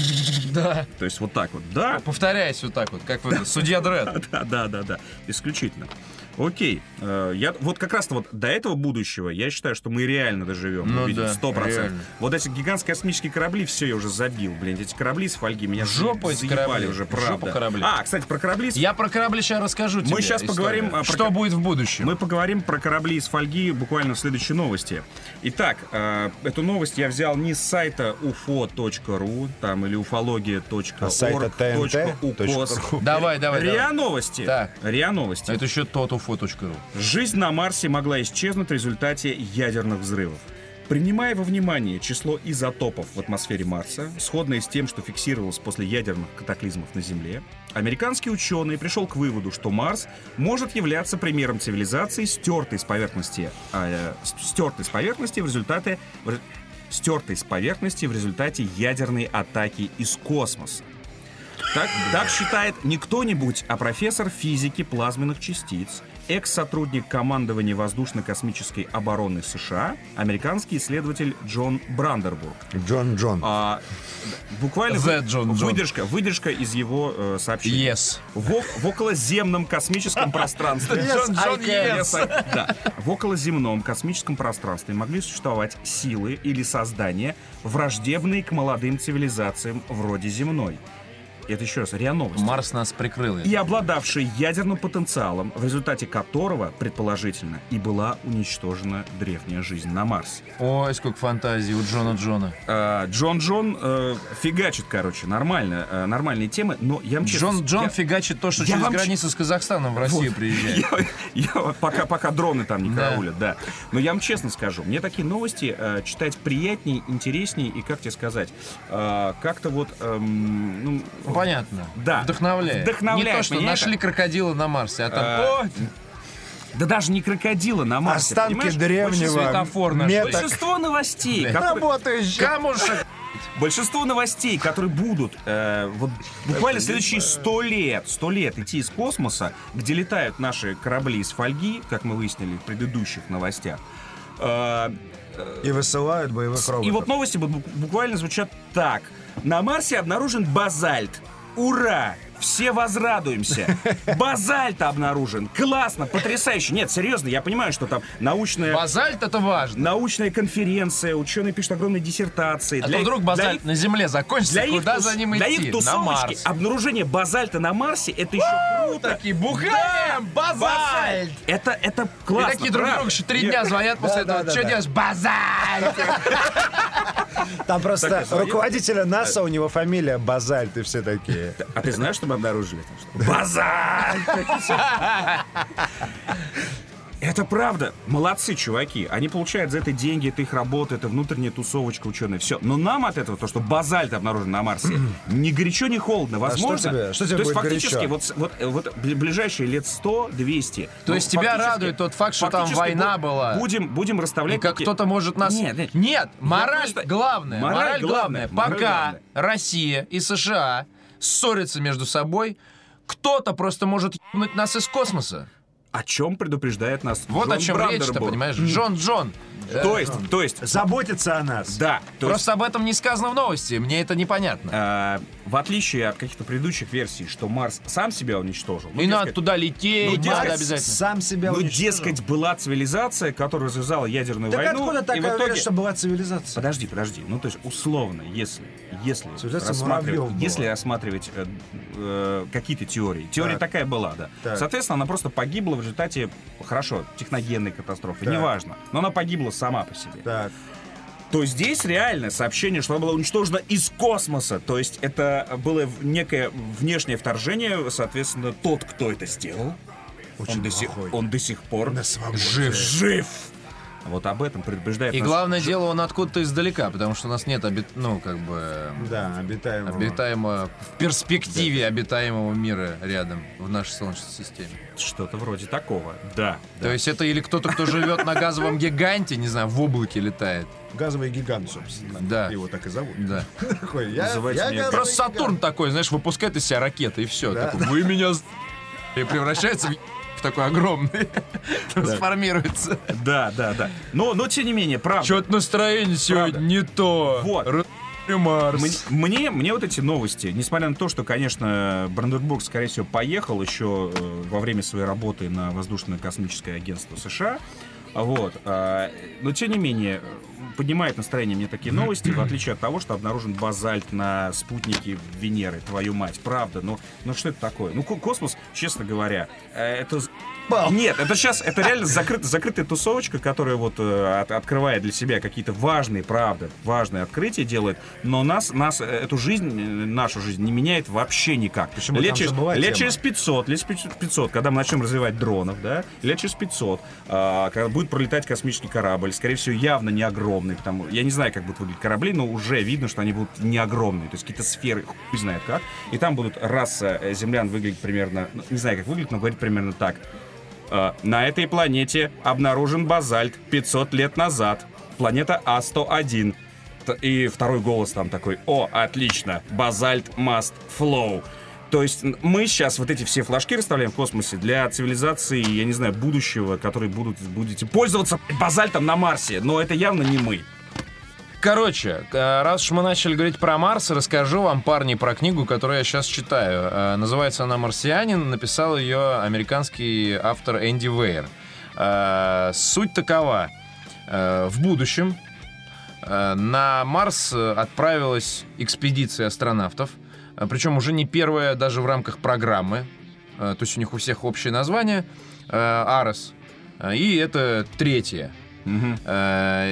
Да. То есть вот так вот. Да, Повторяясь вот так вот, как в это, судья Дред. да, да, да, да. Исключительно. Окей. Э, я, вот как раз-то вот до этого будущего я считаю, что мы реально доживем. Ну увидим да, сто процентов. реально. Вот эти гигантские космические корабли, все, я уже забил, блин. Эти корабли с фольги меня Жопа эти заебали корабли. уже, Жопа правда. корабли. А, кстати, про корабли... с- Я про корабли сейчас расскажу тебе. Мы щас историю. поговорим, а, про что ко- будет в будущем. Мы поговорим про корабли из фольги буквально в следующей новости. Итак, э, эту новость я взял не с сайта уфо точка ру там или уфология точка орг А с сайта точка тнт укос. точка ру. Давай, давай, РИА давай. новости. Так. РИА новости. Это еще тотуфо точка ру. Жизнь на Марсе могла исчезнуть в результате ядерных взрывов. Принимая во внимание число изотопов в атмосфере Марса, сходное с тем, что фиксировалось после ядерных катаклизмов на Земле, американский ученый пришел к выводу, что Марс может являться примером цивилизации, стертой с поверхности, а, э, с- стертой с поверхности в результате в ре- стертой с поверхности в результате ядерной атаки из космоса. Так, так считает не кто-нибудь, а профессор физики плазменных частиц, экс-сотрудник командования воздушно-космической обороны США, американский исследователь Джон Брандербург. Джон Джон. А, буквально The вы- Джон Джон. выдержка, выдержка из его э, сообщения. Yes. В, в околоземном космическом пространстве. Джон Джон Yes, Yes. I- да. В околоземном космическом пространстве могли существовать силы или создания, враждебные к молодым цивилизациям вроде земной. Это еще раз, РИА Новости. Марс нас прикрыл. И обладавший ядерным потенциалом, в результате которого, предположительно, и была уничтожена древняя жизнь на Марсе. Ой, сколько фантазий у Джона Джона. А, Джон Джон э, фигачит, короче, нормально, э, нормальные темы, но я вам честно... Джон Джон я- фигачит то, что я через вам ч- границу с Казахстаном в Россию Вот. приезжает. Я, я вот пока, пока дроны там не Да. караулят, да. Но я вам честно скажу, мне такие новости э, читать приятнее, интереснее и, как тебе сказать, э, как-то вот... эм, ну, Ну, понятно. Да. Вдохновляет. Вдохновляет Не то, что меня нашли это. крокодила на Марсе, а там... А, «О, Да даже не крокодила на Марсе, Останки понимаешь? древнего светофор наш. мета- Большинство новостей, Блядь. которые- Работающий. камушек!» большинство новостей, которые будут э, вот буквально следующие сто лет, сто лет идти из космоса, где летают наши корабли из фольги, как мы выяснили в предыдущих новостях. э, И высылают боевых роботов. И вот новости бу- буквально звучат так. На Марсе обнаружен базальт. Ура! Все возрадуемся. Базальт обнаружен. Классно, потрясающе. Нет, серьезно, я понимаю, что там научная... Базальт — это важно. Научная конференция, ученые пишут огромные диссертации. А Для то их- вдруг для базальт их- на Земле закончится, для их куда тус- за ним для идти? их На тусовочки Марс. обнаружение базальта на Марсе — это еще круто. Такие, бухаем, базальт! Это, это И классно. такие друг правда. другу еще три дня звонят после Да, этого. да, Что да, делаешь? Базальт! Там просто Так, звонит. руководителя НАСА, у него фамилия Базальт, и все такие. А ты знаешь, что мы обнаружили? Базальт! Это правда. Молодцы, чуваки. Они получают за это деньги, это их работа, это внутренняя тусовочка ученая. Все. Но нам от этого, то, что базальт обнаружен на Марсе, ни горячо, ни холодно. Возможно. А что тебе, что тебе то есть будет фактически горячо? вот, вот, вот ближайшие лет сто-двести. То ну, есть тебя фактически- радует тот факт, что там фактически война бу- была? Будем, будем расставлять... И как такие- кто-то может нас... Нет, нет. Нет, мораль просто- главная. Мораль Мораль, главная, главная. мораль Пока главная. Россия и США ссорятся между собой, кто-то просто может ебнуть нас из космоса. О чем предупреждает нас Вот Джон о чем речь-то, Брандербург. понимаешь? Джон Джон. Э, То есть, то есть, Заботиться о нас. да, то есть, Просто об этом не сказано в новости, мне это непонятно. а, в отличие от каких-то предыдущих версий, что Марс сам себя уничтожил. ну, И надо дескать, туда лететь, ну, надо дескать, обязательно. Сам себя Ну, уничтожил. дескать, была цивилизация, которая развязала ядерную Так войну. откуда и в такая итоге... уверенность, что была цивилизация? Подожди, подожди. Ну, то есть, условно, если, если, Цивилизация рассматривать, муравьев была. если рассматривать э, э, какие-то теории, теория Так. такая была, да. Так. Соответственно, она просто погибла в результате, хорошо, техногенной катастрофы, Так. неважно. Но она погибла сама по себе. Так. То здесь реально сообщение, что она была уничтожена из космоса. То есть это было в- некое внешнее вторжение. Соответственно, тот, кто это сделал, Очень он до, сих, плохой. он до сих пор На свободе. жив. Жив! Вот об этом предупреждает И нас главное Дж- дело, он откуда-то издалека, потому что у нас нет, обит... ну, как бы, Да, обитаемого. обитаемого, в перспективе обитаемого мира рядом в нашей Солнечной системе. Что-то вроде такого. Да. То есть это или кто-то, кто живет на газовом гиганте, не знаю, в облаке летает. Газовый гигант, собственно. Да. Его так и зовут. Да. Такой, я, Называйте я меня газовый Просто Сатурн гигант. такой, знаешь, выпускает из себя ракеты, и все. Да. Такой, вы меня с***». И превращается в, в такой огромный. Трансформируется. Да, да, да. Но, но тем не менее, правда. Что-то настроение сегодня Правда. не то. Вот. Р- Марс. Мне, мне, мне вот эти новости, несмотря на то, что, конечно, Бранденбург, скорее всего, поехал еще э, во время своей работы на воздушно-космическое агентство США, вот, а, но, тем не менее, поднимает настроение мне такие новости, в отличие от того, что обнаружен базальт на спутнике Венеры, твою мать, правда, ну, ну что это такое? Ну, ко- космос, честно говоря, э, это... з- Нет, это сейчас, это реально закрыт, закрытая тусовочка, которая вот э, от- открывает для себя какие-то важные, правда, важные открытия делает, но нас, нас, э, эту жизнь, э, нашу жизнь не меняет вообще никак. Почему? Лет, Там через, же была лет тема. через пятьсот, лет через пятьсот, когда мы начнем развивать дронов, да, лет через пятьсот, а, когда будет пролетать космический корабль, скорее всего, явно не огромный, потому я не знаю, как будут выглядеть корабли, но уже видно, что они будут не огромные, то есть какие-то сферы, хуй знает как, и там будут раса э, землян выглядеть примерно, ну, не знаю, как выглядит, но говорит примерно так. Э, На этой планете обнаружен базальт пятьсот лет назад. Планета А сто один. Т- И второй голос там такой: о, отлично, базальт must flow. То есть н- мы сейчас вот эти все флажки расставляем в космосе для цивилизации, я не знаю, будущего, которые будут, будете пользоваться базальтом на Марсе. Но это явно не мы. Короче, э, раз уж мы начали говорить про Марс, расскажу вам, парни, про книгу, которую я сейчас читаю. Э, Называется она «Марсианин». Написал ее американский автор Энди Вейер. Э, Суть такова. Э, В будущем э, на Марс э, отправилась экспедиция астронавтов. Э, Причем уже не первая даже в рамках программы. Э, То есть у них у всех общее название. э, Арес. Э, И это третья. Э,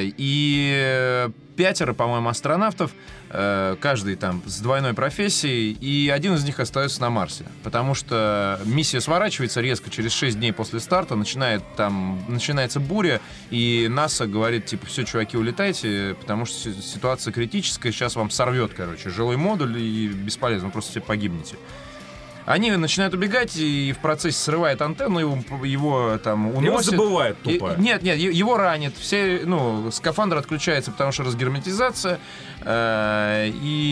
И пятеро, по-моему, астронавтов, э, каждый там с двойной профессией, и один из них остается на Марсе, потому что миссия сворачивается резко через шесть дней после старта, начинает там, начинается буря, и НАСА говорит, типа, все, чуваки, улетайте, потому что си- ситуация критическая, сейчас вам сорвет, короче, жилой модуль, и бесполезно, вы просто все погибнете. Они начинают убегать, и в процессе срывает антенну, его, его там уносит. Его забывают И- тупо. нет, нет, е- его ранит. Все, ну, скафандр отключается, потому что разгерметизация, э,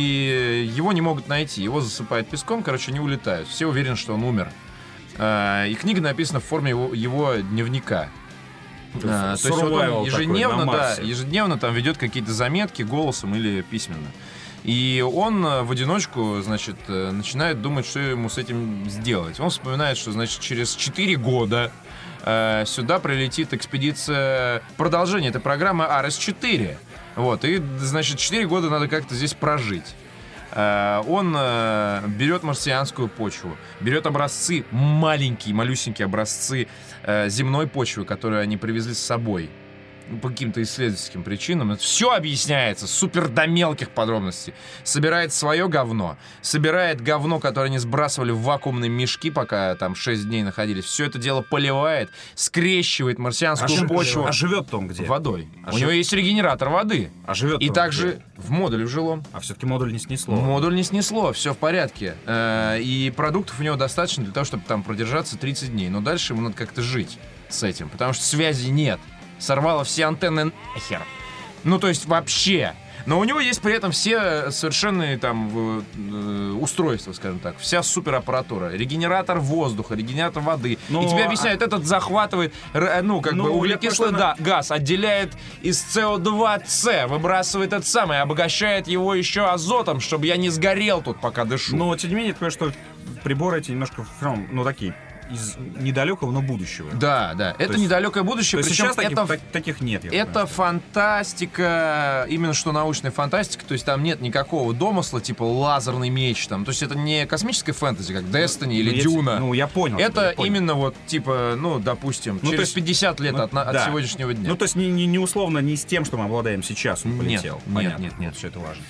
и его не могут найти. Его засыпают песком, короче, не улетают. Все уверены, что он умер. Э, и книга написана в форме его, его дневника. То есть А, то есть вот survival он такой ежедневно, на да, Марсе. ежедневно там ведет какие-то заметки голосом или письменно. И он э, в одиночку, значит, э, начинает думать, что ему с этим сделать. Он вспоминает, что, значит, через четыре года э, сюда прилетит экспедиция, продолжение этой программы Арес четыре. Вот, и, значит, четыре года надо как-то здесь прожить. Э, Он э, берет марсианскую почву, берет образцы, маленькие, малюсенькие образцы э, земной почвы, которые они привезли с собой. по каким-то исследовательским причинам. Это все объясняется супер до мелких подробностей. Собирает свое говно, собирает говно, которое они сбрасывали в вакуумные мешки, пока там шесть дней находились. Все это дело поливает, скрещивает марсианскую а почву. А живет-то он где? Водой. А У жив... него есть регенератор воды. А живет И также в модуле в жилом. А все-таки модуль не снесло. Модуль не снесло, все в порядке. И продуктов у него достаточно для того, чтобы там продержаться тридцать дней. Но дальше ему надо как-то жить с этим, потому что связи нет. Сорвало все антенны нахер. Ну, то есть вообще. Но у него есть при этом все совершенные там э, устройства, скажем так. Вся супераппаратура. Регенератор воздуха, регенератор воды. Но, и тебе объясняют, а... этот захватывает, ну, как ну, бы углекислый да, газ, отделяет из си о два си, выбрасывает это самое, обогащает его еще азотом, чтобы я не сгорел тут, пока дышу. Но, тем не менее, я понимаю, что приборы эти немножко, ну, такие... из недалекого, но будущего. Да, да. Это есть, недалекое будущее. То есть причем сейчас таких, это, так, таких нет. Это фантастика, именно что научная фантастика. То есть там нет никакого домысла, типа лазерный меч. Там. То есть это не космическая фэнтези, как Destiny или ну, Дюна. Я, ну, я понял. Это я понял. именно вот, типа, ну, допустим, ну, через есть, пятьдесят лет ну, от, да. от сегодняшнего дня. Ну, то есть не, не, не условно не с тем, что мы обладаем сейчас, он нет, полетел. Нет, Понятно. нет, нет. Все это важно.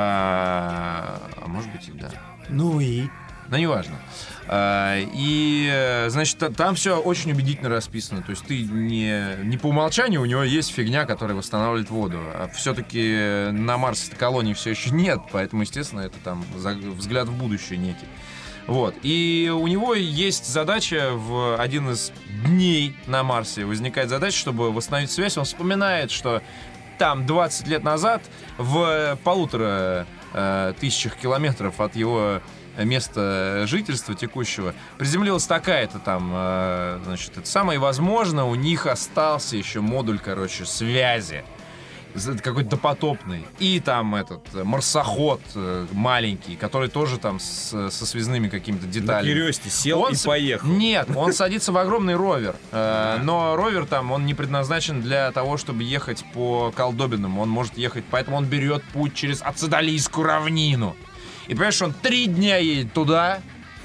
А, а может быть и да. Ну и... Но неважно. А, и, значит, там все очень убедительно расписано. То есть ты не, не по умолчанию, у него есть фигня, которая восстанавливает воду. А все-таки на Марсе колонии все еще нет, поэтому, естественно, это там взгляд в будущее некий. Вот. И у него есть задача в один из дней на Марсе. Возникает задача, чтобы восстановить связь. Он вспоминает, что там двадцать лет назад в полутора э, тысячах километров от его место жительства текущего приземлилась такая-то там, э, значит, это самое, и, возможно, у них остался еще модуль, короче, связи, какой-то допотопный, и там этот марсоход э, маленький, который тоже там с, со связными какими-то деталями. На Кирёсте сел он и с... поехал. Нет, он садится в огромный ровер, э, но ровер там, он не предназначен для того, чтобы ехать по колдобинам, он может ехать, поэтому он берет путь через Ацидалийскую равнину. И понимаешь, он три дня едет туда,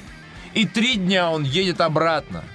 и три дня он едет обратно.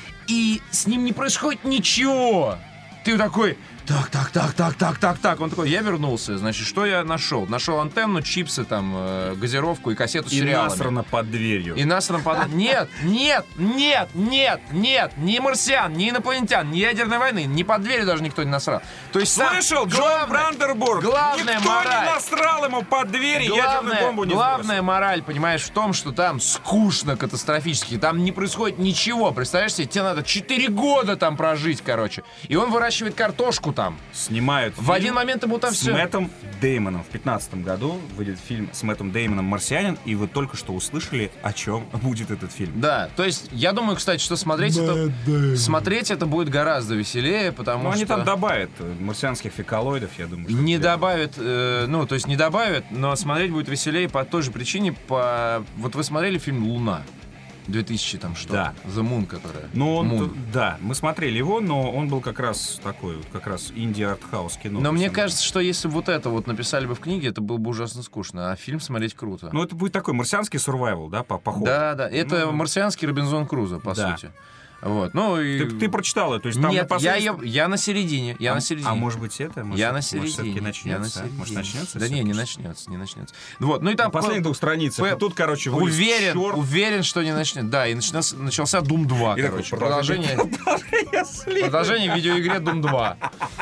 И с ним не происходит ничего. Ты такой, так, так, так, так, так, так, так. Он такой, я вернулся, значит, что я нашел? Нашел антенну, чипсы, там, э, газировку и кассету с и сериалами. И насрано под дверью. И насрано под... Нет, нет, нет, нет, нет, ни марсиан, ни инопланетян, ни ядерной войны, ни под дверью даже никто не насрал. То есть слышал, Джон Бранденбург? Главная никто мораль. не насрал ему под дверь, главная, ядерную бомбу не Главная сбросил. мораль, понимаешь, в том, что там скучно катастрофически, там не происходит ничего. Представляешь себе, тебе надо четыре года там прожить, короче. И он выращивает картошку там. Снимают в один момент ему там с все... Мэттом Деймоном. В пятнадцатом году выйдет фильм с Мэттом Деймоном «Марсианин», и вы только что услышали, о чем будет этот фильм. Да, то есть я думаю, кстати, что смотреть это, смотреть это будет гораздо веселее, потому ну, что... они там добавят марсианских фекалоидов, я думаю. Не добавят, э, ну, то есть не добавят, но смотреть будет веселее по той же причине, по... Вот вы смотрели фильм «Луна»? две тысячи там что? Да. The Moon, которая. Ну, он, Moon. да, мы смотрели его, но он был как раз такой, вот как раз инди-артхаус кино. Но мне кажется, что если вот это вот написали бы в книге, это было бы ужасно скучно, а фильм смотреть круто. Ну, это будет такой марсианский сурвайвал, да, по походу. Да, да, это ну, марсианский Робинзон Крузо, по да. сути. Вот, ну и... Ты, ты прочитал это, то есть там Нет, на я, я, я на середине, я а, на середине. А может быть это? Может, я на может, середине. начнется? Я на середине. Может, начнется? Да не, не начнется, не начнется. Вот, ну и там... На последних двух страницах. По... И тут, короче, вылез уверен, черт. уверен, что не начнется. Да, и начался, начался Doom два, и короче. такой, продолжение, продолжение, продолжение в видеоигре Doom два.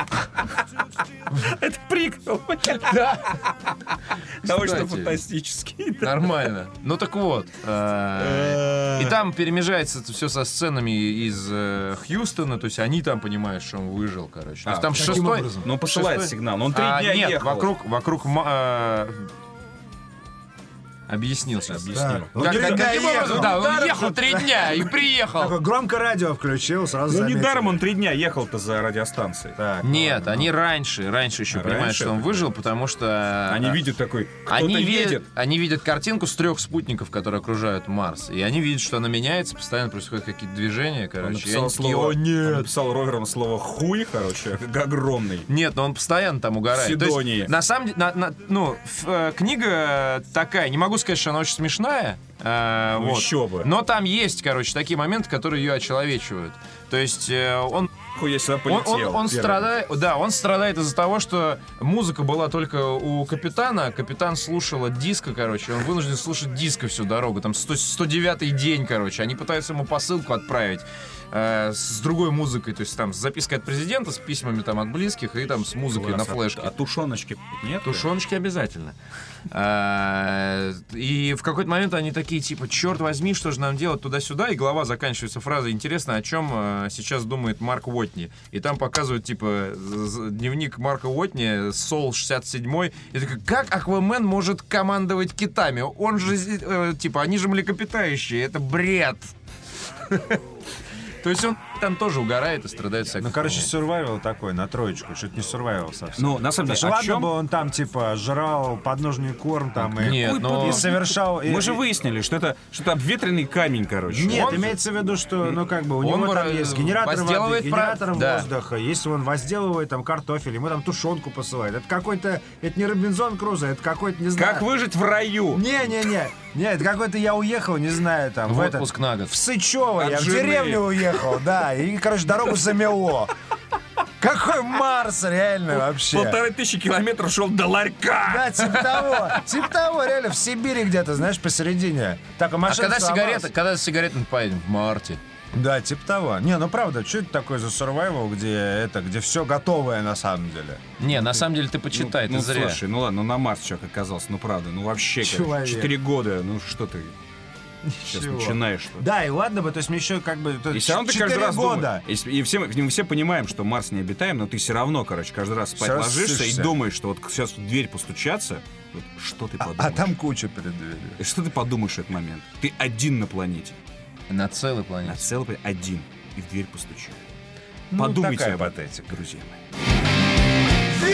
Это прикол. Да. Довольно фантастический. Нормально. Ну так вот. И там перемежается это все со сценами из Хьюстона, то есть они там понимают, что он выжил, короче. То есть там шестой... Ну он посылает сигнал, но он три дня ехал. Нет, вокруг... вокруг Объяснил сейчас. Объяснил. Да. Как, Он как, да, каким ехал. образом? Да, он ехал три дня и приехал. Такое громко радио включил, сразу Ну заметили. недаром он три дня ехал-то за радиостанцией. Так, Нет, ладно. они раньше, раньше еще Раньше? понимают, что он выжил, потому что... Они видят такой, кто-то Они видят, едет. они видят картинку с трех спутников, которые окружают Марс. И они видят, что она меняется, постоянно происходят какие-то движения, Он короче. И написал, они такие, слово, о, нет. он написал ровером слово «хуй», короче, огромный. Нет, но он постоянно там угорает. Сидонии. То есть, на самом деле, на, на, ну, ф, э, книга такая, не могу сказать, что она очень смешная. Э, Ну вот. еще бы. Но там есть, короче, такие моменты, которые ее очеловечивают. То есть э, он нахуй я сюда Он, полетел. он, он страдает, да, он страдает из-за того, что музыка была только у капитана, капитан слушал диско, короче, он вынужден слушать диско всю дорогу, там сто, сто девятый день, короче, они пытаются ему посылку отправить э, с другой музыкой, то есть там с запиской от президента, с письмами там от близких и там с музыкой Класс, на флешке. А, а тушеночки нет? Тушеночки обязательно. А, и в какой-то момент они такие, типа, черт возьми, что же нам делать туда-сюда? И глава заканчивается фразой: интересно, о чем а, сейчас думает Марк Уотни. И там показывают, типа, дневник Марка Уотни, Сол шестьдесят седьмой. И такой, как Аквамен может командовать китами? Он же, э, типа, они же млекопитающие, это бред. То есть он там тоже угорает и страдает всякой. Ну, короче, хуйней. survival такой, на троечку. Что-то не survival совсем. Ну, на самом деле, Потому о что ладно чем... бы он там, типа, жрал подножный корм там и, Нет, но- и совершал... и- Мы же выяснили, что это что-то обветренный камень, короче. Нет, Он- имеется в виду, что, ну, как бы, у Он него там вра- есть генератор воды, возделывает генератор про- да. воздуха. Если он возделывает там картофель, ему там тушенку посылает. Это какой-то... Это не Робинзон Крузо, это какой-то, не знаю... Как выжить в раю? Не-не-не. Нет, это какой-то я уехал, не знаю, там, В в, этот... отпуск на год. В Сычево От я в жены. деревню уехал, да. И, короче, дорогу замело. Какой Марс, реально, вообще. Полторы тысячи километров шел до ларька. Да, типа того. Типа того, реально, в Сибири где-то, знаешь, посередине. Так, а А машина когда сломалась. сигареты, когда сигареты поедем? В марте. Да, типа того. Не, ну правда, что это такое за survival, где это, где все готовое на самом деле? Не, на самом деле ты почитай, ну, ты ну, зря. слушай, ну ладно, ну на Марс человек оказался, ну правда, ну вообще, Человек. четыре года, ну что ты сейчас Чего? начинаешь, что ли? Да, и ладно бы, то есть мне еще как бы... И все равно ты каждый четыре раз года. думаешь, и, и все, мы- мы все понимаем, что Марс необитаем, но ты все равно, короче, каждый раз спать Всё ложишься ссышься. и думаешь, что вот сейчас в дверь постучаться, вот что ты А, подумаешь? а там куча перед дверью. И что ты подумаешь в этот момент? Ты один на планете, На целой на планете. целый планете, один, и в дверь постучали. Ну, Подумайте такая об этом, патетика. друзья мои.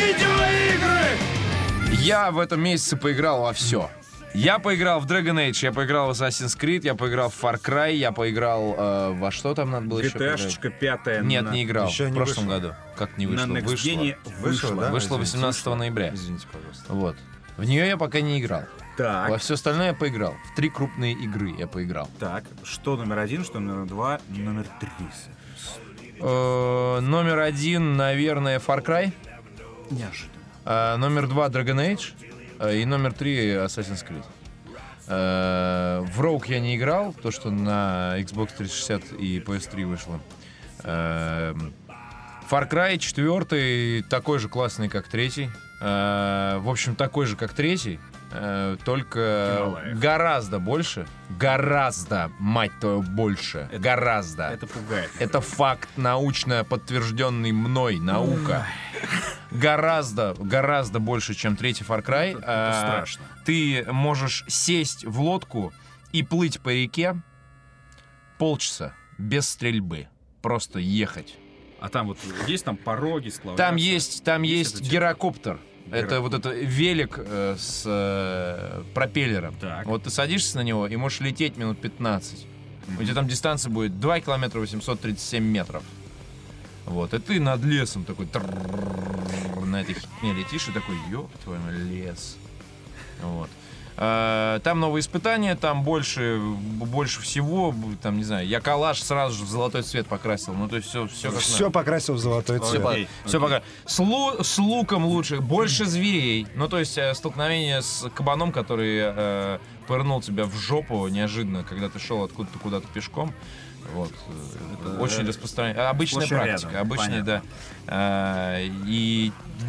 Я в этом месяце поиграл во все. Я поиграл в Dragon Age, я поиграл в Assassin's Creed, я поиграл в Far Cry, я поиграл э, во что там надо было еще поиграть? ГТАшечка пятая. Нет, на- не играл. Еще в не прошлом вышло. году. Как не На вышло? Next Вышло. Gen Вышло, вышла. да? Вышло Извините, восемнадцатого вышло. ноября. Извините, пожалуйста. Вот. В нее я пока не играл. Так, Во все остальное я поиграл. В три крупные игры я поиграл. так, что номер один, что номер два, номер три. Э, номер один, наверное, Far Cry. Неожиданно. А, номер два Dragon Age. а, И номер три Assassin's Creed. А, в Rogue я не играл, то, что на Xbox триста шестьдесят и пи эс три вышло. А, Far Cry четвертый такой же классный, как третий. А, в общем, такой же, как третий. а, Только Гималаев. гораздо больше. Гораздо, мать твою, больше. Это- гораздо. Это пугает. Это факт, научно подтвержденный мной, наука. Гораздо, гораздо больше, чем третий Far Cry. Это А, страшно. Ты можешь сесть в лодку и плыть по реке полчаса без стрельбы. Просто ехать. А там вот есть там пороги, сплавляться? Там есть, там Есть есть это типа- гирокоптер. Это Гирокоптер. вот это велик э, с э, пропеллером. Так. Вот ты садишься на него и можешь лететь минут пятнадцать. У тебя там дистанция будет два километра восемьсот тридцать семь метров. Вот, и ты над лесом такой тррррррр, на этой хитне летишь и такой, ёб твой лес. Вот. А, там новые испытания, там больше, больше всего, там, не знаю, я калаш сразу же в золотой цвет покрасил, ну, то есть все, все как Все покрасил в золотой Все, цвет. по- Окей, все окей. пока. С, лу- с луком лучше, больше зверей. Ну, то есть э, столкновение с кабаном, который э, пырнул тебя в жопу неожиданно, когда ты шел откуда-то куда-то пешком. Вот. э, Это очень распространенная. Обычная сплошь и практика. рядом, Обычная, понятно. да. А, и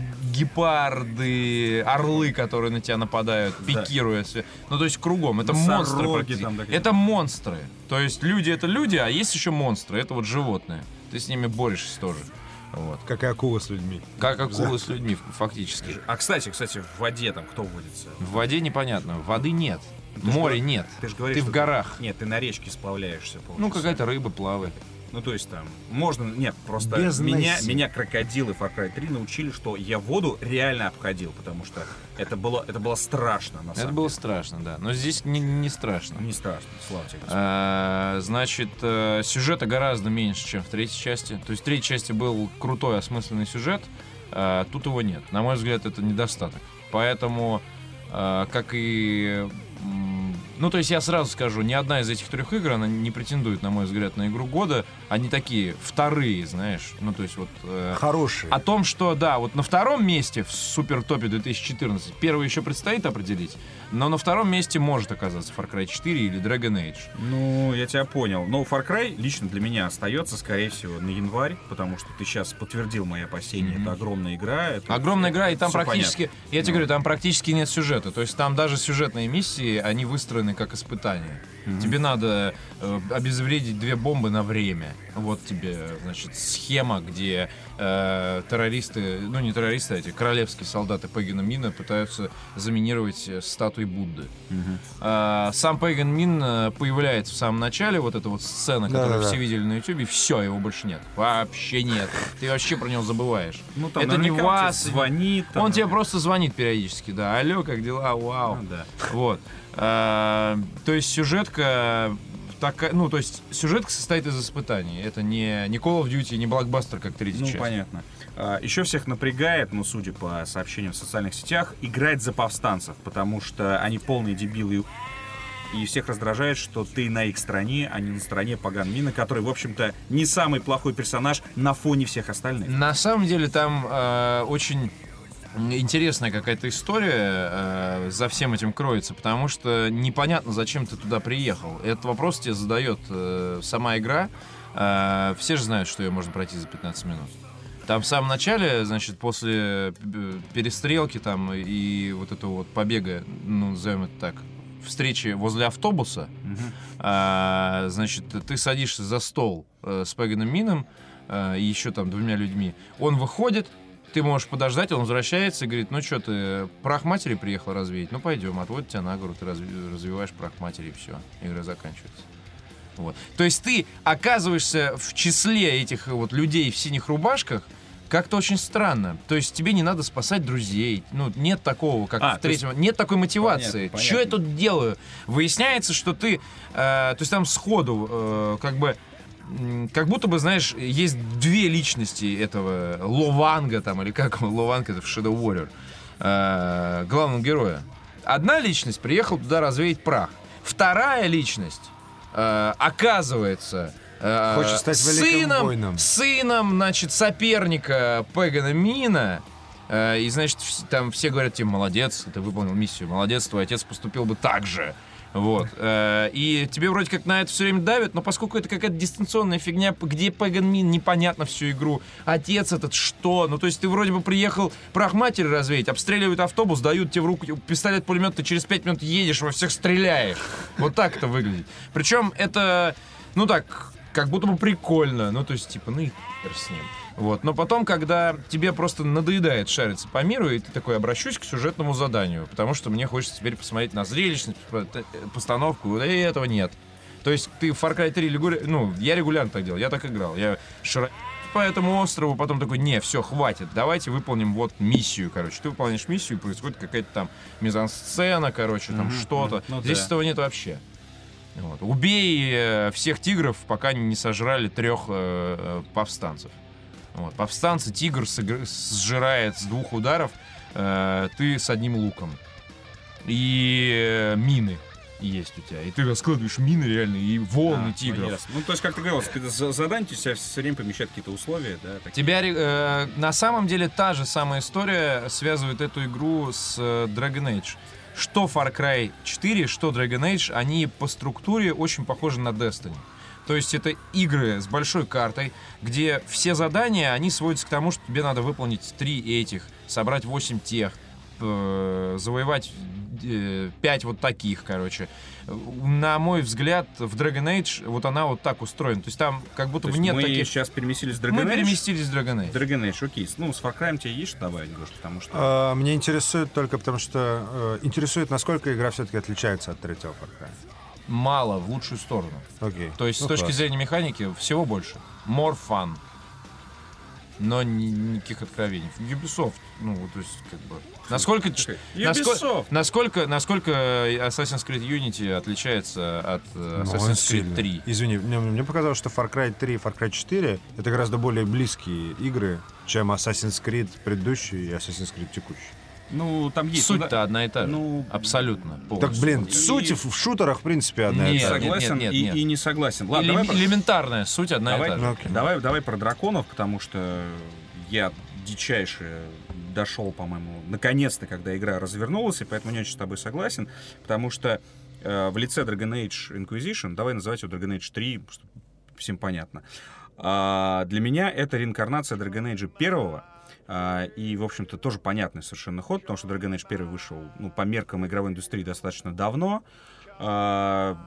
гепарды, орлы, которые на тебя нападают, Да. пикируя. све- Ну, то есть кругом. Это Носороги монстры практически. там такие. Это монстры. То есть люди — это люди, а есть еще монстры. Это вот животные. Ты с ними борешься тоже. Вот. Как и акула с людьми. Как акулы с людьми, фактически. А кстати, кстати, в воде там кто водится? В воде непонятно. Воды нет. Ты ж Моря говор- нет. Ты же говоришь, Ты что в горах. Нет, ты на речке сплавляешься. Ну, полчаса. какая-то рыба плавает. Ну, то есть там, можно, нет, просто Без меня, Несси. меня крокодилы Far Cry три научили, что я воду реально обходил, потому что это было, это было страшно, на Это самом было деле. страшно, да. Но здесь не, не страшно. Не страшно, слава тебе, Господи. А, значит, э, сюжета гораздо меньше, чем в третьей части. То есть в третьей части был крутой, осмысленный сюжет, а тут его нет. На мой взгляд, это недостаток. Поэтому, а, как и м, Ну, то есть я сразу скажу, ни одна из этих трех игр, она не претендует, на мой взгляд, на игру года. Они такие вторые, знаешь. Ну, то есть вот... Э, Хорошие. О том, что, да, вот на втором месте в Супер Топе две тысячи четырнадцать, первый еще предстоит определить, но на втором месте может оказаться Far Cry четыре или Dragon Age. Ну, я тебя понял. Но Far Cry лично для меня остается, скорее всего, на январь, потому что ты сейчас подтвердил мои опасения. Mm-hmm. Это огромная игра. Это огромная игра, и там практически, понятно. я тебе ну. говорю, там практически нет сюжета. То есть там даже сюжетные миссии, они выстроены как испытания. Mm-hmm. Тебе надо э, обезвредить две бомбы на время. Вот тебе, значит, схема, где э, террористы, ну не террористы, а эти королевские солдаты Пегана Мина пытаются заминировать статуи Будды. Mm-hmm. Э, сам Пеган Мин появляется в самом начале, вот эта вот сцена, которую Да-да-да. все видели на ютубе, и все, его больше нет. Вообще нет. Ты вообще про него забываешь. Ну, там это не вас. Звонит. Там, он тебе просто звонит периодически, да. Алло, как дела? Вау. Ну, да. Вот. А, то есть сюжетка такая, ну, то есть сюжетка состоит из испытаний. Это не, не Call of Duty, не блокбастер, как третья Ну, часть. понятно. А, еще всех напрягает, ну, судя по сообщениям в социальных сетях, играть за повстанцев, потому что они полные дебилы. И всех раздражает, что ты на их стороне, а не на стороне Пегана Мина, который, в общем-то, не самый плохой персонаж на фоне всех остальных. На самом деле там э, очень интересная какая-то история э, за всем этим кроется, потому что непонятно, зачем ты туда приехал. Этот вопрос тебе задает э, сама игра. Э, все же знают, что ее можно пройти за пятнадцать минут. Там в самом начале, значит, после перестрелки там и вот этого вот побега, ну, назовем это так, встречи возле автобуса, uh-huh. а, значит, ты садишься за стол э, с Пеганом Мином э, и еще там двумя людьми. Он выходит, ты можешь подождать, он возвращается и говорит: ну что, ты прах матери приехал развеять? Ну пойдем, отводит тебя на гору, ты разв- развиваешь прах матери, и все, игра заканчивается. Вот. То есть ты оказываешься в числе этих вот людей в синих рубашках. Как-то очень странно. То есть тебе не надо спасать друзей. Ну, нет такого, как а, в третьем. есть... Нет такой мотивации. Понятно, Что я тут делаю? Выясняется, что ты... Э, то есть там сходу э, как бы... Э, как будто бы, знаешь, есть две личности этого Лованга, там, или как он, Лованг, это в Shadow Warrior, э, главного героя. Одна личность приехала туда развеять прах. Вторая личность, э, оказывается... Хочет стать великим сыном, воином. Сыном, значит, соперника Пегана Мина. Э, и, значит, в, там все говорят тебе: молодец, ты выполнил миссию, молодец, твой отец поступил бы так же. Вот. Э, и тебе вроде как на это все время давят, но поскольку это какая-то дистанционная фигня, где Пеган Мин, непонятно всю игру. Отец этот что? Ну, то есть ты вроде бы приехал прах матери развеять, обстреливают автобус, дают тебе в руку пистолет-пулемет, ты через пять минут едешь, во всех стреляешь. Вот так это выглядит. Причем это, ну так... как будто бы прикольно, ну, то есть, типа, ну и хер с ним. Вот. Но потом, когда тебе просто надоедает шариться по миру, и ты такой: обращусь к сюжетному заданию, потому что мне хочется теперь посмотреть на зрелищность, постановку, и этого нет. То есть ты в Far Cry три, регуля... ну, я регулярно так делал, я так играл. Я шар... по этому острову, потом такой: не, все, хватит, давайте выполним вот миссию, короче. Ты выполняешь миссию, происходит какая-то там мизансцена, короче, там mm-hmm. что-то. Mm-hmm. Ну, Здесь да. этого нет вообще. Вот. Убей э, всех тигров, пока не сожрали трех э, повстанцев. Вот. Повстанцы, тигр сыгр- сжирает с двух ударов, э, ты с одним луком. И э, мины есть у тебя. И ты раскладываешь мины реально, и волны а, тигров. Ну, то есть, как ты говорил, задание у тебя все время помещает какие-то условия, да? Такие. Тебя, э, на самом деле, та же самая история связывает эту игру с э, Dragon Age. Что Far Cry четыре, что Dragon Age, они по структуре очень похожи на Destiny. То есть это игры с большой картой, где все задания, они сводятся к тому, что тебе надо выполнить три этих, собрать восемь тех, э, завоевать э, пять вот таких, короче. На мой взгляд, в Dragon Age вот она вот так устроена. То есть там как будто бы нет мы таких... Мы сейчас переместились в Dragon Age? Мы переместились в Dragon Age. Dragon Age, окей. Ну, с Far Cry тебе есть что добавить, Гош? Потому что... А, мне интересует только потому, что... Э, интересует, насколько игра все-таки отличается от третьего Far Cry. Мало, в лучшую сторону. Окей. То есть ну, с точки класс. зрения механики всего больше. More fun. Но ни, никаких откровений. Ubisoft, ну, то есть, как бы... Насколько, насколько, насколько, насколько Assassin's Creed Unity отличается от uh, Assassin's Creed три? Извини, мне, мне показалось, что Far Cry три и Far Cry четыре — это гораздо более близкие игры, чем Assassin's Creed предыдущий и Assassin's Creed текущий. Ну, там есть... Суть-то ну, одна и та же. ну, Абсолютно. Так, полностью. блин, И- суть в шутерах, в принципе, одна и Нет, та же. согласен нет, и, нет. и не согласен. Ладно, Элем- давай, про- элементарная суть одна давай, и та же. Ну, окей. давай, давай про драконов, потому что я дичайше дошел, по-моему, наконец-то, когда игра развернулась, и поэтому не очень с тобой согласен, потому что э, в лице Dragon Age Inquisition, давай называть его Dragon Age три, чтобы всем понятно, а, для меня это реинкарнация Dragon Age первого, а, и, в общем-то, тоже понятный совершенно ход, потому что Dragon Age один вышел, ну, по меркам игровой индустрии достаточно давно. А,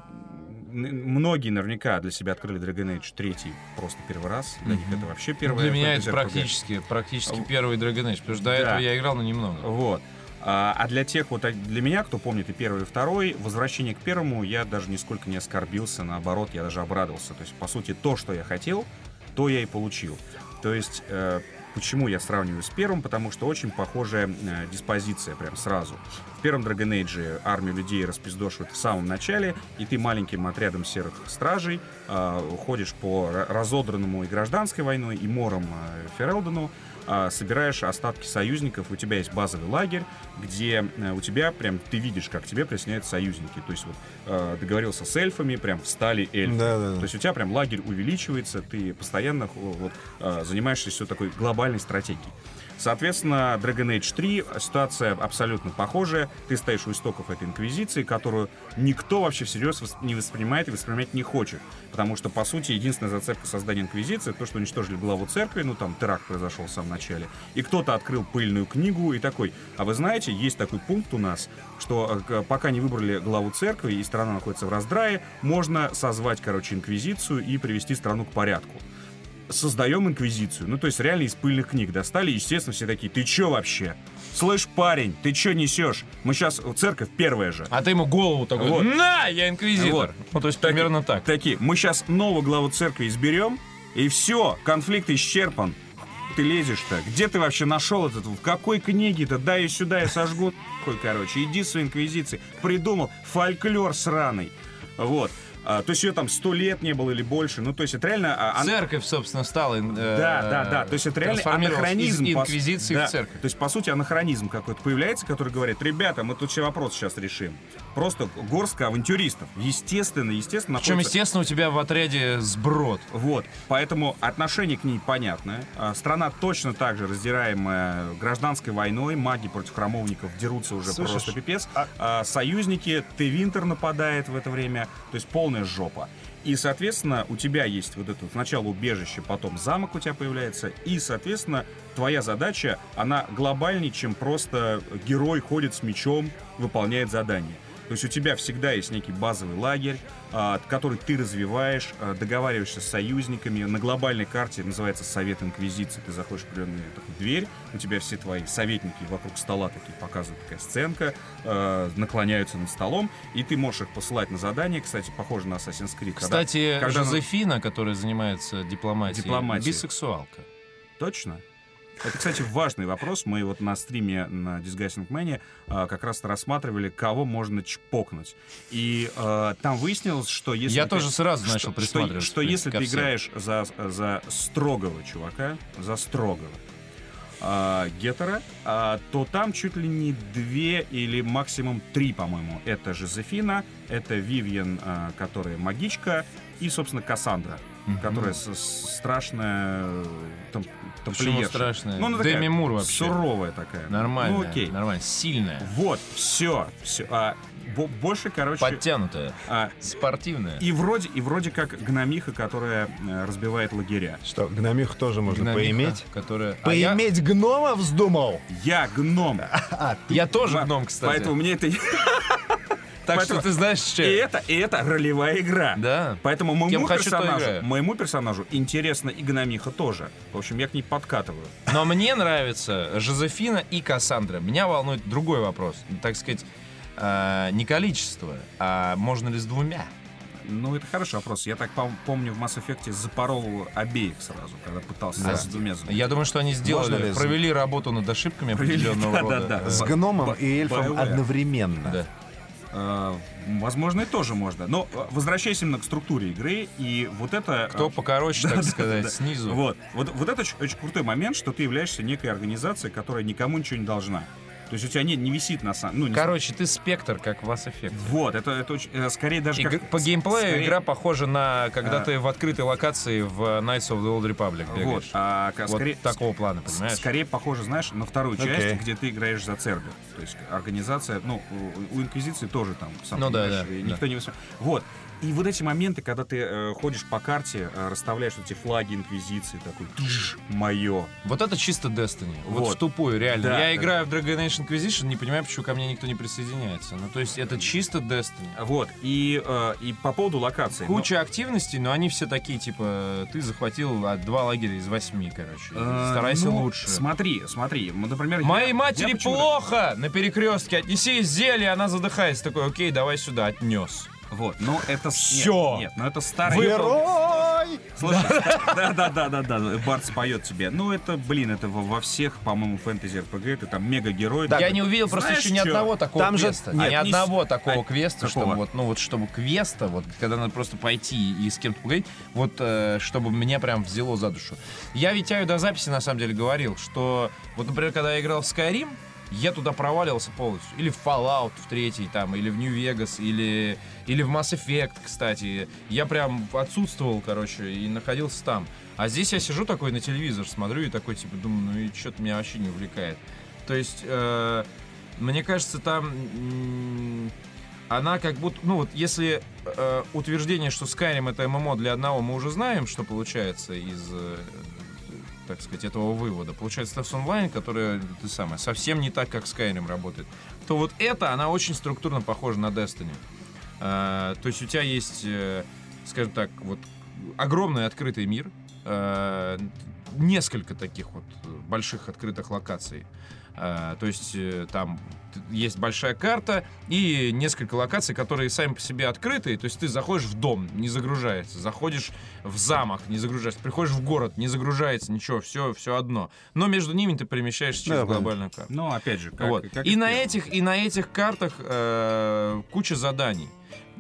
н- многие наверняка для себя открыли Dragon Age три просто первый раз. Для них это вообще первый. Для меня это фэнтези-эр пи джи. практически, практически первый Dragon Age, потому что до Да. этого я играл, но немного. Вот. А, а для тех, вот а для меня, кто помнит и первый, и второй, возвращение к первому я даже нисколько не оскорбился, наоборот, я даже обрадовался. То есть, по сути, то, что я хотел, то я и получил. То есть, э, почему я сравниваю с первым? Потому что очень похожая э, диспозиция прям сразу. В первом Dragon Age армию людей распиздошивают в самом начале, и ты маленьким отрядом серых стражей э, ходишь по ра- разодранному и гражданской войной, и мором э, Ферелдену, э, собираешь остатки союзников, у тебя есть базовый лагерь, где э, у тебя прям, ты видишь, как тебе присоединяются союзники. То есть вот э, договорился с эльфами, прям встали эльфы. Да-да-да. То есть у тебя прям лагерь увеличивается, ты постоянно э, вот, э, занимаешься все такой глобальной стратегией. Соответственно, Dragon Age три ситуация абсолютно похожая. Ты стоишь у истоков этой инквизиции, которую никто вообще всерьез вос- не воспринимает и воспринимать не хочет. Потому что, по сути, единственная зацепка создания инквизиции — то, что уничтожили главу церкви, ну там теракт произошел в самом начале, и кто-то открыл пыльную книгу и такой: а вы знаете, есть такой пункт у нас, что э, пока не выбрали главу церкви и страна находится в раздрае, можно созвать, короче, инквизицию и привести страну к порядку. Создаем инквизицию. Ну, то есть реально из пыльных книг достали, и, естественно, все такие: ты чё вообще? Слышь, парень, ты чё несешь? Мы сейчас... Церковь первая же. А ты ему голову такой: Вот. на, я инквизитор. Вот. Ну, то есть Таки- примерно так. Такие: мы сейчас новую главу церкви изберем, и все, конфликт исчерпан. Ты лезешь-то? Где ты вообще нашел этот? В какой книге-то? Дай ее сюда, я сожгу. Такой, короче, иди с своей инквизицией. Придумал фольклор сраный. Вот. А, то есть ее там сто лет не было или больше. Ну, то есть это реально... а, она- Церковь, собственно, стала... э, Да, да, да. То есть это реально трансформировалась анахронизм. из по- инквизиции да. в церковь. То есть, по сути, анахронизм какой-то появляется, который говорит: ребята, мы тут все вопросы сейчас решим. Просто горстка авантюристов. Естественно, естественно. Причем, находится- естественно, у тебя в отряде сброд. Вот, поэтому отношение к ней понятное. А, Страна точно так же раздираемая гражданской войной, маги против храмовников дерутся уже Слышишь? просто пипец. А- А союзники, Т-Винтер нападает в это время, то есть полная жопа. И, соответственно, у тебя есть вот это сначала убежище, потом замок у тебя появляется, и, соответственно, твоя задача, она глобальнее, чем просто герой ходит с мечом, выполняет задание. То есть у тебя всегда есть некий базовый лагерь, а, который ты развиваешь, а, договариваешься с союзниками. На глобальной карте называется Совет Инквизиции. Ты заходишь в определенную такую дверь, у тебя все твои советники вокруг стола такие показывают, такая сценка, а, наклоняются над столом, и ты можешь их посылать на задание. Кстати, похоже на Assassin's Creed. Когда- Кстати, когда- Жозефина, которая занимается дипломатией, Дипломатией. бисексуалка. Точно? Это, кстати, важный вопрос. Мы вот на стриме на Disgusting Man а, как раз рассматривали, кого можно чпокнуть. И а, там выяснилось, что если... Я ты- тоже сразу что- начал что- присматриваться, Что, в принципе, если ко ты всем. играешь за, за строгого чувака, за строгого а, гетера, а, то там чуть ли не две или максимум три, по-моему. Это Жозефина, это Вивьен, а, которая магичка, и, собственно, Кассандра, которая с- с- страшная э, там, Почему тамплиерша. страшная? Ну, она такая Деми Мур вообще. суровая такая. Нормальная, Ну, окей. нормально, сильная, Вот, все, все. А, бо- больше, короче... подтянутая, а, спортивная. и вроде, и вроде как гномиха, которая э, разбивает лагеря. Что, гномих тоже можно Гномиха, поиметь? Которая... А я, Поиметь гнома вздумал? Я гном. я тоже Ма- гном, кстати. Поэтому мне это... так поэтому- что ты знаешь, И что... это, и это ролевая игра. Да. Поэтому Кем моему хочу, то персонажу, играю. моему персонажу интересна и гномиха тоже. В общем, я к ней подкатываю. Но мне нравится Жозефина и Кассандра. Меня волнует другой вопрос. Так сказать, э, не количество, а можно ли с двумя? Ну, это хороший вопрос. Я так пом- помню, в Mass Effect запорол обеих сразу, когда пытался Да. с двумя зубами. Я думаю, что они Можно сделали, ли с- провели работу над ошибками Провели, определенного да, рода. да, да. Э, С Б- гномом б- и эльфом боевая. одновременно. да. Э, возможно, и тоже можно. Но э, возвращаясь именно к структуре игры, и вот это... Кто э, покороче, да, так да, сказать, да. снизу. Вот, вот, вот это очень, очень крутой момент, что ты являешься некой организацией, которая никому ничего не должна. То есть у тебя не, не висит на самом... Ну, не Короче, ты спектр, как в Mass Effect. Вот, это, это очень, э, скорее даже И как... по геймплею скорее... игра похожа на, когда А. ты в открытой локации в Knights of the Old Republic Вот, бегаешь. а, Вот скорее, такого плана, понимаешь? Скорее похоже, знаешь, на вторую часть, Окей. где ты играешь за Цербер. То есть организация, ну, у, у Инквизиции тоже там, сам Ну да, понимаешь, да, и да. никто не воспри- Вот. И вот эти моменты, когда ты э, ходишь по карте, э, расставляешь эти флаги Инквизиции, такой, мое. Вот это чисто Destiny. Вот, Вот. в тупую, реально. Да, Я да. играю в Dragon Age Inquisition, не понимаю, почему ко мне никто не присоединяется. Ну, то есть это чисто Destiny. Вот. И, э, и по поводу локации. ну, Куча активностей, но они все такие, типа, ты захватил а, два лагеря из восьми, короче. э, Старайся ну, лучше. Смотри, смотри, ну, например... Моей я- матери я почему-то- плохо на перекрестке. Отнеси зелье, она задыхается. Такой, окей, давай сюда, отнес. Вот, но это... с- Всё. Нет, нет, но это старый... Герой! Слушай, да-да-да-да-да, Барт споет тебе. Ну, это, блин, это во во всех, по-моему, фэнтези-эр-пи-джи, это там мега-герой. Я не увидел просто знаешь еще ни чё? одного такого Там же- квеста. нет, ни не с- одного такого а, квеста, какого? чтобы вот, ну вот, чтобы квеста, вот, когда надо просто пойти и с кем-то поговорить, вот, э, чтобы меня прям взяло за душу. Я Витяю до записи, на самом деле, говорил, что, вот, например, когда я играл в Skyrim, я туда проваливался полностью. Или в Fallout в третий, там, или в New Vegas, или, или в Mass Effect, кстати. Я прям отсутствовал, короче, и находился там. А здесь я сижу такой на телевизор, смотрю и такой, типа, думаю, ну и что-то меня вообще не увлекает. То есть, э, мне кажется, там... м- она как будто... Ну вот, если э, утверждение, что Skyrim — это ММО для одного, мы уже знаем, что получается из... э, так сказать, этого вывода. Получается, Steps Online, которая, ты самое, совсем не так, как Skyrim работает. То вот это, она очень структурно похожа на Destiny. А, то есть у тебя есть, э, скажем так, вот огромный открытый мир, э, несколько таких вот больших открытых локаций. А, то есть э, там есть большая карта и несколько локаций, которые сами по себе открытые. То есть ты заходишь в дом, не загружается. Заходишь в замок, не загружается. Приходишь в город, не загружается, ничего, все, все одно. Но между ними ты перемещаешься через Да, глобальную карту. Ну, опять же, как, Вот. как и, в на первом. этих, и на этих картах э, куча заданий.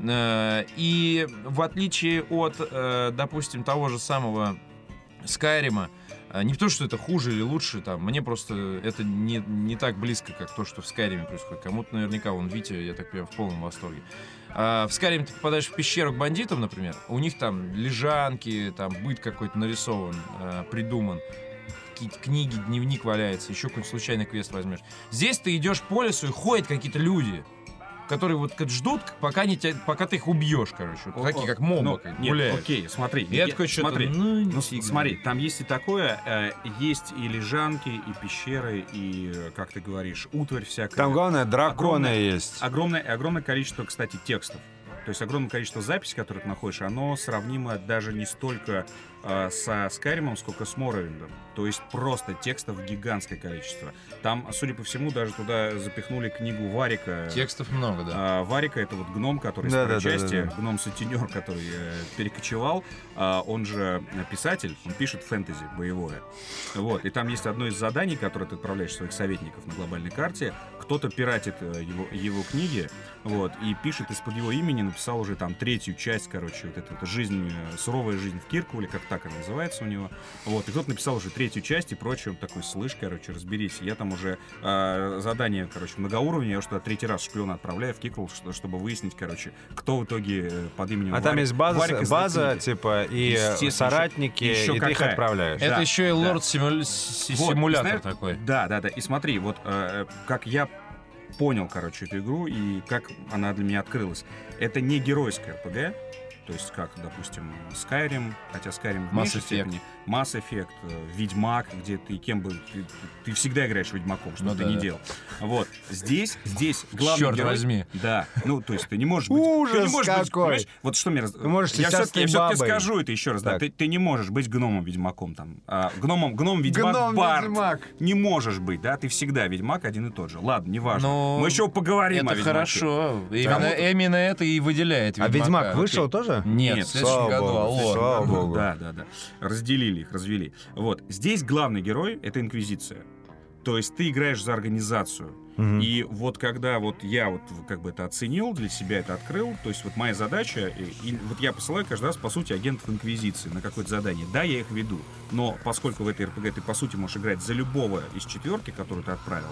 Э, и в отличие от, э, допустим, того же самого Скайрима, э, не то, что это хуже или лучше, там, мне просто это не, не так близко, как то, что в Скайриме происходит. Кому-то наверняка, вон, Витя, я так понимаю, в полном восторге. А в Скайриме ты попадаешь в пещеру к бандитам, например, у них там лежанки, там быт какой-то нарисован, э, придуман. Какие-то книги, дневник валяется, еще какой-нибудь случайный квест возьмешь. Здесь ты идешь по лесу, и ходят какие-то люди, которые вот как ждут, пока, не тебя, пока ты их убьешь, короче. Вот такие, как мобы, Ну, как нет, гуляют. окей, смотри. И я я- такой, что-то, смотри. ну, Ну, нифига. смотри, там есть и такое, э, есть и лежанки, и пещеры, и, э, как ты говоришь, утварь всякая. Там главное, драконы Огромное- есть. Огромное, огромное количество, кстати, текстов. То есть огромное количество записей, которые ты находишь, оно сравнимо даже не столько э, со Скайримом, сколько с Моровиндом. То есть просто текстов гигантское количество. Там, судя по всему, даже туда запихнули книгу Варика. Текстов много, да. А, Варика — это вот гном, который Да, из да, второй да, части, да, да. гном-сутенер, который э, перекочевал. А, он же писатель, он пишет фэнтези боевое. Вот. И там есть одно из заданий, которое ты отправляешь своих советников на глобальной карте. Кто-то пиратит э, его, его книги, вот, и пишет из-под его имени, написал уже там третью часть, короче, вот эта вот жизнь, э, суровая жизнь в Киркуле, как так она называется у него. Вот. И кто-то написал уже третью часть и прочее. Он такой, слышь, короче, разберись. Я там уже э, задание, короче, многоуровневое, я уже туда третий раз шпиона отправляю в Киркул, что- чтобы выяснить, короче, кто в итоге э, под именем А там Варик- есть база, Варик из база этой книги. типа, и Естественно, соратники, еще и ты их какая. отправляешь. Это да, еще и да. лорд симуля- с- Вот, симулятор знаешь, такой. Да, да, да. И смотри, вот э, как я понял, короче, эту игру и как она для меня открылась. Это не геройская эр пи джи, то есть как, допустим, Skyrim, хотя Skyrim в Mass меньшей Effect. степени, Mass Effect, э, Ведьмак, где ты кем бы... Ты, ты всегда играешь Ведьмаком, что Ну бы да, ты ни да. делал. Вот. Здесь, здесь главный Черт герой... возьми. Да. Ну, то есть ты не можешь быть... Ужас ты не можешь быть, какой! понимаешь? Вот что мне... раз- Ты можешь я все-таки, я несчастной все-таки бабой. скажу это еще раз, да. Так. Ты, ты не можешь быть гномом-ведьмаком там. А, гномом, гном-ведьмак, Гном бард. Ведьмак. Не можешь быть, да? Ты всегда ведьмак один и тот же. Ладно, неважно. Ну, Мы еще поговорим о Это Ведьмаке. хорошо. Именно, Кому-то- именно это и выделяет А Ведьмака. Ведьмак вышел окей. тоже? Нет, Нет, в следующем слава году, богу, алло. слава Ну, богу. Да, да, да. Разделили их, развели. Вот. Здесь главный герой — это Инквизиция. То есть ты играешь за организацию. Мгм. И вот когда вот я вот как бы это оценил, для себя это открыл, то есть вот моя задача, и, и вот я посылаю каждый раз, по сути, агентов Инквизиции на какое-то задание. Да, я их веду, но поскольку в этой эр пи джи ты, по сути, можешь играть за любого из четверки, которую ты отправил,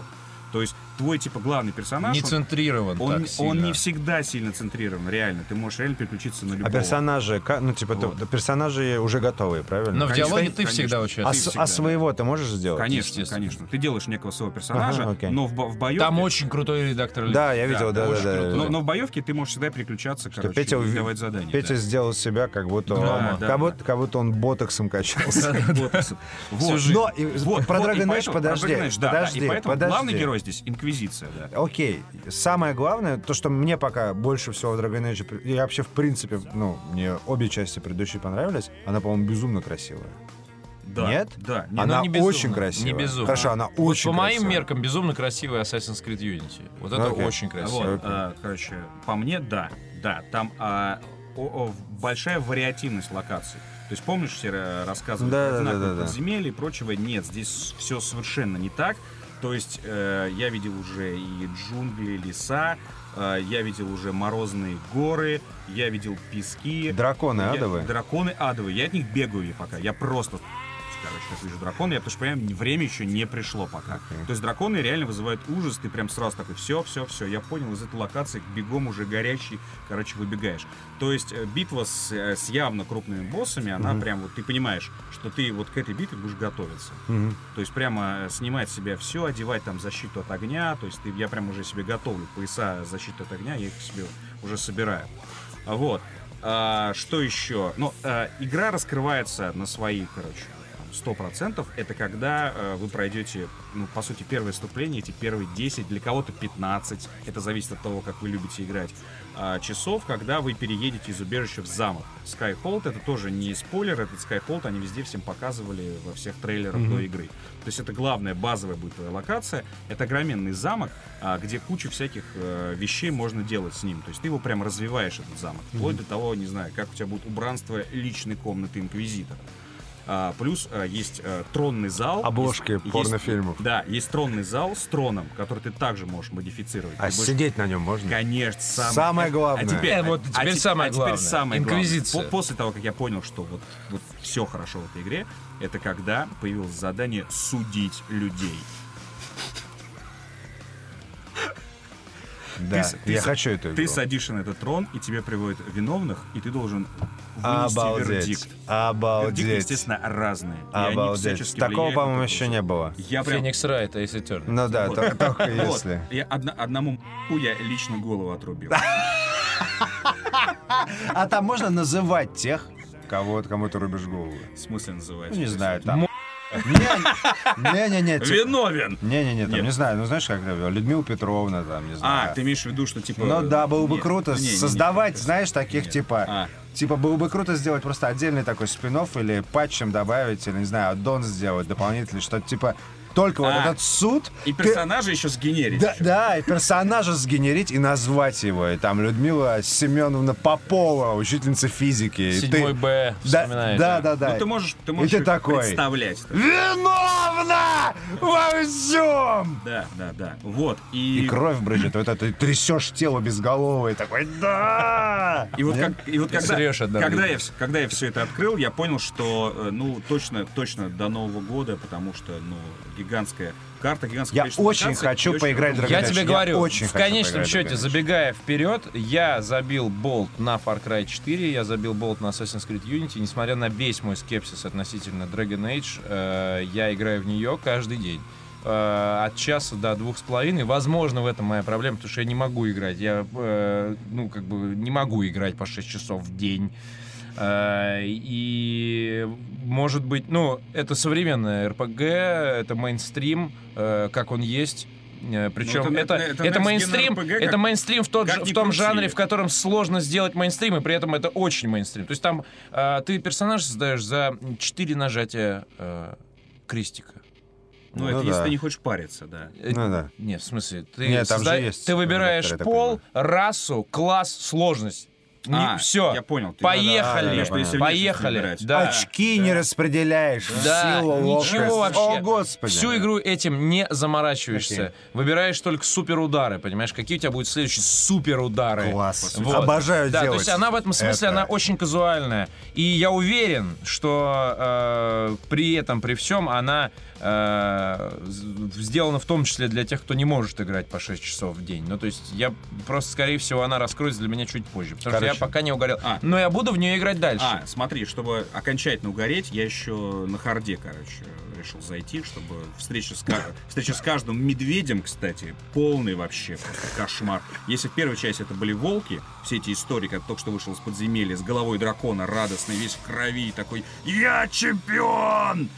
То есть твой, типа, главный персонаж... Не центрирован он, так сильно. Он не всегда сильно центрирован, реально. Ты можешь реально переключиться на любого. А персонажи, ка- ну, типа, Вот. ты- персонажи уже готовые, правильно? Но в Конечно, диалоге ты конечно. всегда очень А, ты с- всегда, а своего ты можешь сделать? Конечно, естественно. конечно. Ты делаешь некого своего персонажа, Ага, окей. но в, бо- в боевке... Там очень крутой редактор. Да, я видел, да, да, очень да, крутой. да. Но, но в боевке ты можешь всегда переключаться, Что короче, Петя, и уви- давать задания. Петя да. сделал себя, как будто, Да, он, да, как, да. будто, как будто он ботоксом качался. Вот. Вот. жизнь. Но и- Вот, про вот, Dragon и Age, поэтому- про подожди, Dragon Age, да, да, подожди, и поэтому подожди. главный герой здесь Инквизиция, да. Окей, самое главное, то, что мне пока больше всего в Dragon Age, при- и вообще, в принципе, ну, мне обе части предыдущие понравились, она, по-моему, безумно красивая. Да, Нет? Да. Не, Она ну, не безумно, очень красивая. Не безумно. Хорошо, она Вот очень по моим красивая. меркам безумно красивый Assassin's Creed Unity. Вот это Окей. очень красиво. Вот, Окей. а, короче, по мне, да, да, там а, о- о, большая вариативность локаций. То есть, помнишь, все э, рассказывали Да, про да, одинаковые да, да, да. подземелья и прочего? Нет, здесь все совершенно не так. То есть, э, я видел уже и джунгли, леса, э, я видел уже морозные горы, я видел пески. Драконы Я- адовые? Драконы адовые. Я от них бегаю пока. Я просто... Короче, как вижу дракона, я потому что понимаю, время еще не пришло пока. Okay. То есть драконы реально вызывают ужас, ты прям сразу такой, все, все, все, я понял, из этой локации бегом уже горячий, короче, выбегаешь. То есть э, битва с, э, с явно крупными боссами, она Мгм. прям вот, ты понимаешь, что ты вот к этой битве будешь готовиться. Мгм. То есть прямо э, снимать с себя все, одевать там защиту от огня, то есть ты, я прям уже себе готовлю пояса защиты от огня, я их себе уже собираю. А Вот. А, что еще? Ну, а, игра раскрывается на свои, короче, сто процентов. Это когда э, вы пройдете, ну, по сути, первое вступление, эти первые десять, для кого-то пятнадцать, это зависит от того, как вы любите играть, а, часов, когда вы переедете из убежища в замок. Skyhold, это тоже не спойлер, этот Skyhold они везде всем показывали во всех трейлерах Мгм. до игры. То есть это главная базовая будет твоя локация. Это огроменный замок, а, где кучу всяких э, вещей можно делать с ним. То есть ты его прям развиваешь, этот замок. Вплоть до того, не знаю, как у тебя будет убранство личной комнаты Инквизитора. А, плюс а, есть а, тронный зал. Обложки Есть- порнофильмов. есть- Да, есть тронный зал с троном, который ты также можешь модифицировать. А Ты будешь- сидеть на нем можно? Конечно, сам- Самое а- главное. А теперь, Э, вот а- теперь а те- самое а теперь главное. самое главное. Инквизиция. По- После того, как я понял, что вот, вот все хорошо в этой игре, это когда появилось задание судить людей. Да, Ты с- ты я с- хочу эту игру. Ты садишься на этот трон, и тебе приводят виновных, и ты должен вынести Обалдеть. вердикт. Обалдеть. Вердикты, естественно, разные. И они Обалдеть. всячески Такого, влияют на по-моему, то, еще что- не было. Я прям... Феникс Райт, Ace Attorney. Ну да, Вот. то- только Вот. если. Я одна- одному м***у я лично голову отрубил. А там можно называть тех, кого, кому ты рубишь голову? В смысле называть? Ну, не знаю, там. там... Не-не-не. типа- Виновен! Не-не-не, там, Нет. не знаю, ну знаешь, как Людмила Петровна, там, не знаю. А, ты имеешь в виду, что типа... Ну да, было бы Нет, круто не, не, не, создавать, не, знаешь, таких Нет. типа... А. Типа, было бы круто сделать просто отдельный такой спин-офф или патчем добавить, или, не знаю, аддон сделать дополнительный, что-то типа... Только вот А. этот суд... И ты- персонажа еще сгенерить. Да, еще. да, и персонажа сгенерить и назвать его. И там Людмила Семеновна Попова, учительница физики. И Седьмой ты- Б Да, вспоминает. да, да, да. Ну, ты можешь, ты можешь ты их такой. представлять. Виновна во всем! Да, да, да. Вот. И, И кровь брызжет, вот это, ты трясешь тело безголовое, такой, да! И вот, Нет? как, и вот Ты когда, срёшь от дороги. когда, я, вс- когда я все это открыл, я понял, что, э, ну, точно, точно до Нового года, потому что, ну, гигантская карта, гигантское Я количество очень локаций, хочу и очень поиграть в много- Dragon Я Age. тебе Я говорю, очень в хочу конечном поиграть в счете, Dragon Age. забегая вперед, я забил болт на Far Cry четыре, я забил болт на Assassin's Creed Unity. Несмотря на весь мой скепсис относительно Dragon Age, э, я играю в нее каждый день. Э, от часа до двух с половиной. Возможно, в этом моя проблема, потому что я не могу играть. Я, э, ну, как бы, не могу играть по шесть часов в день. Э, И, может быть, ну, это современная эр пи джи, это мейнстрим, э, как он есть. Э, Причем Ну, это- это, это- это, это мейнстрим, next gen эр пи джи, это как- мейнстрим в, тот как же, ни в том крути. жанре, в котором сложно сделать мейнстрим, и при этом это очень мейнстрим. То есть там э, ты персонаж создаешь за четыре нажатия э, крестика. Ну, Ну это да. если ты не хочешь париться, да. Э, Ну да. Нет, в смысле, ты, Нет, там же созда- есть ты выбираешь редактор, я пол, расу, класс, сложность. А, все, я понял. Ты- поехали, да, да, да, что если поехали. внешность Да. Очки не распределяешь в Да, силу ловкости. ничего вообще. О, Господи. Всю игру этим не заморачиваешься. Окей. Выбираешь только суперудары, понимаешь? Какие у тебя будут следующие суперудары. Класс. Вот. Обожаю Да, делать то есть она в этом смысле, это. она очень казуальная. И я уверен, что э, при этом, при всем, она э, сделана в том числе для тех, кто не может играть по шесть часов в день. Ну, то есть я просто, скорее всего, она раскроется для меня чуть позже, потому Короче. что я пока не угорел. А. Но я буду в нее играть дальше. А, смотри, чтобы окончательно угореть, я еще на харде, короче, решил зайти, чтобы встреча с, ка- встреча с каждым медведем, кстати, полный вообще просто кошмар. Если в первой части это были волки, все эти истории, как только что вышел из подземелья с головой дракона, радостный, весь в крови, такой «Я чемпион!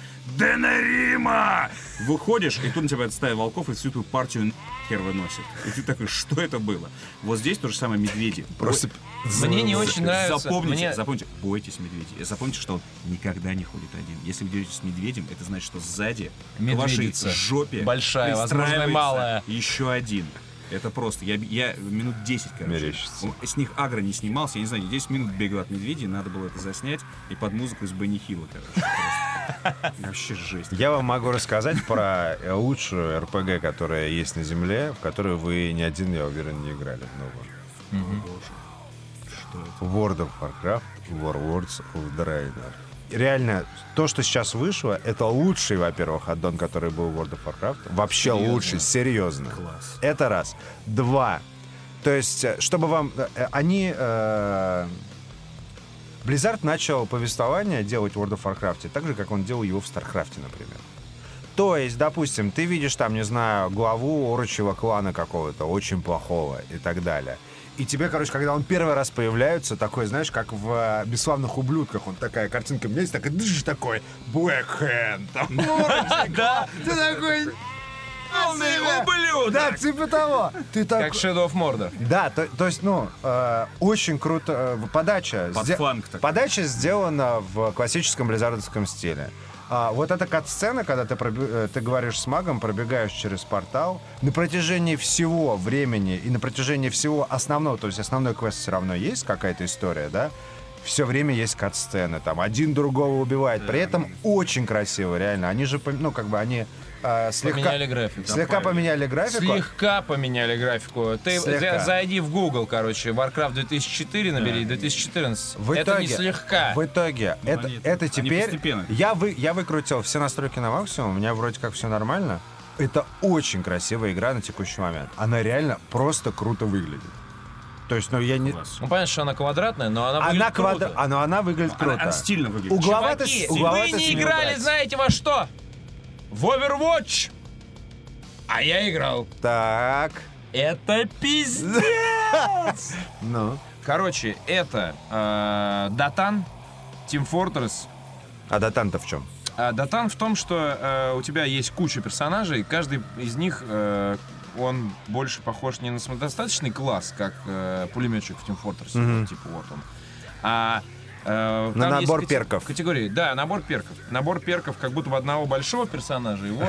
Денерима!» Выходишь, и тут на тебя эта стая волков и всю эту партию нахер выносит. И ты такой, что это было? Вот здесь то же самое медведи. Просто... Мне не очень нравится. Запомните, Мне- запомните, бойтесь медведей. Запомните, что он никогда не ходит один. Если вы идете с медведем, это значит, что сзади к вашей Медведица. жопе Большая, возможно, пристраивается малая. еще один. Это просто. Я, я минут десять, короче. Мерещится. Он- С них агро не снимался. Я не знаю, десять минут бегал от медведей. Надо было это заснять. И под музыку из Бенни Хилла, короче. Просто. Вообще жесть. Я вам могу рассказать про э, лучшую эр пи гэ, которая есть на Земле, в которую вы ни один, я уверен, не играли. Ну, вот. О, боже. Что это? World of Warcraft, Warlords of Draenor. Реально, то, что сейчас вышло, это лучший, во-первых, аддон, который был в World of Warcraft. Вообще Серьезно? лучший, серьезно. Класс. Это раз. Два. То есть, э, чтобы вам... э, Они... э, Blizzard начал повествование делать в World of Warcraft так же, как он делал его в StarCraft, например. То есть, допустим, ты видишь там, не знаю, главу орочьего клана какого-то, очень плохого и так далее. И тебе, короче, когда он первый раз появляется, такой, знаешь, как в э, «Бесславных ублюдках», он такая картинка меняется, такой, дыш, такой, Black Hand. Да, Ты такой... Полный ублюдок! Да, типа того. Ты как так... Shadow of Mordor. Да, то, то есть, ну, э, очень круто. э, подача. Под сде- фанк такой. Подача сделана в классическом близзардовском стиле. А, вот эта кат-сцена, когда ты, проби- э, ты говоришь с магом, пробегаешь через портал, на протяжении всего времени и на протяжении всего основного, то есть основной квест все равно есть какая-то история, да? Все время есть кат-сцены, там один другого убивает. При этом очень красиво, реально. Они же, пом- ну, как бы они э, слегка... Поменяли графику. Слегка поменяли графику. Слегка поменяли графику. Ты Слегка. за- зайди в Google, короче, Warcraft две тысячи четыре набери, две тысячи четырнадцать. В Это итоге, не слегка. В итоге, Ну, это, они- это они теперь... постепенно. Я, вы, я выкрутил все настройки на максимум, у меня вроде как все нормально. Это очень красивая игра на текущий момент. Она реально просто круто выглядит. То есть, ну, я не... Класс. Ну, понятно, что она квадратная, но она выглядит Она, квадра... круто. она, она выглядит Она, круто. она стильно выглядит. Угловатость, Чуваки, угловатость вы не не играли, убрать. знаете во что? В Overwatch. А я играл. Так, Это пиздец. ну. Короче, это э, Dothan, Team Fortress. А Дотан-то в чем? А Dothan в том, что э, у тебя есть куча персонажей, каждый из них, э, он больше похож не на самодостаточный класс, как э, пулеметчик в Team Fortress, Мгм. вот, типа вот он, а э, На там есть набор кате- перков. Категории, да, набор перков. Набор перков как будто бы одного большого персонажа, его...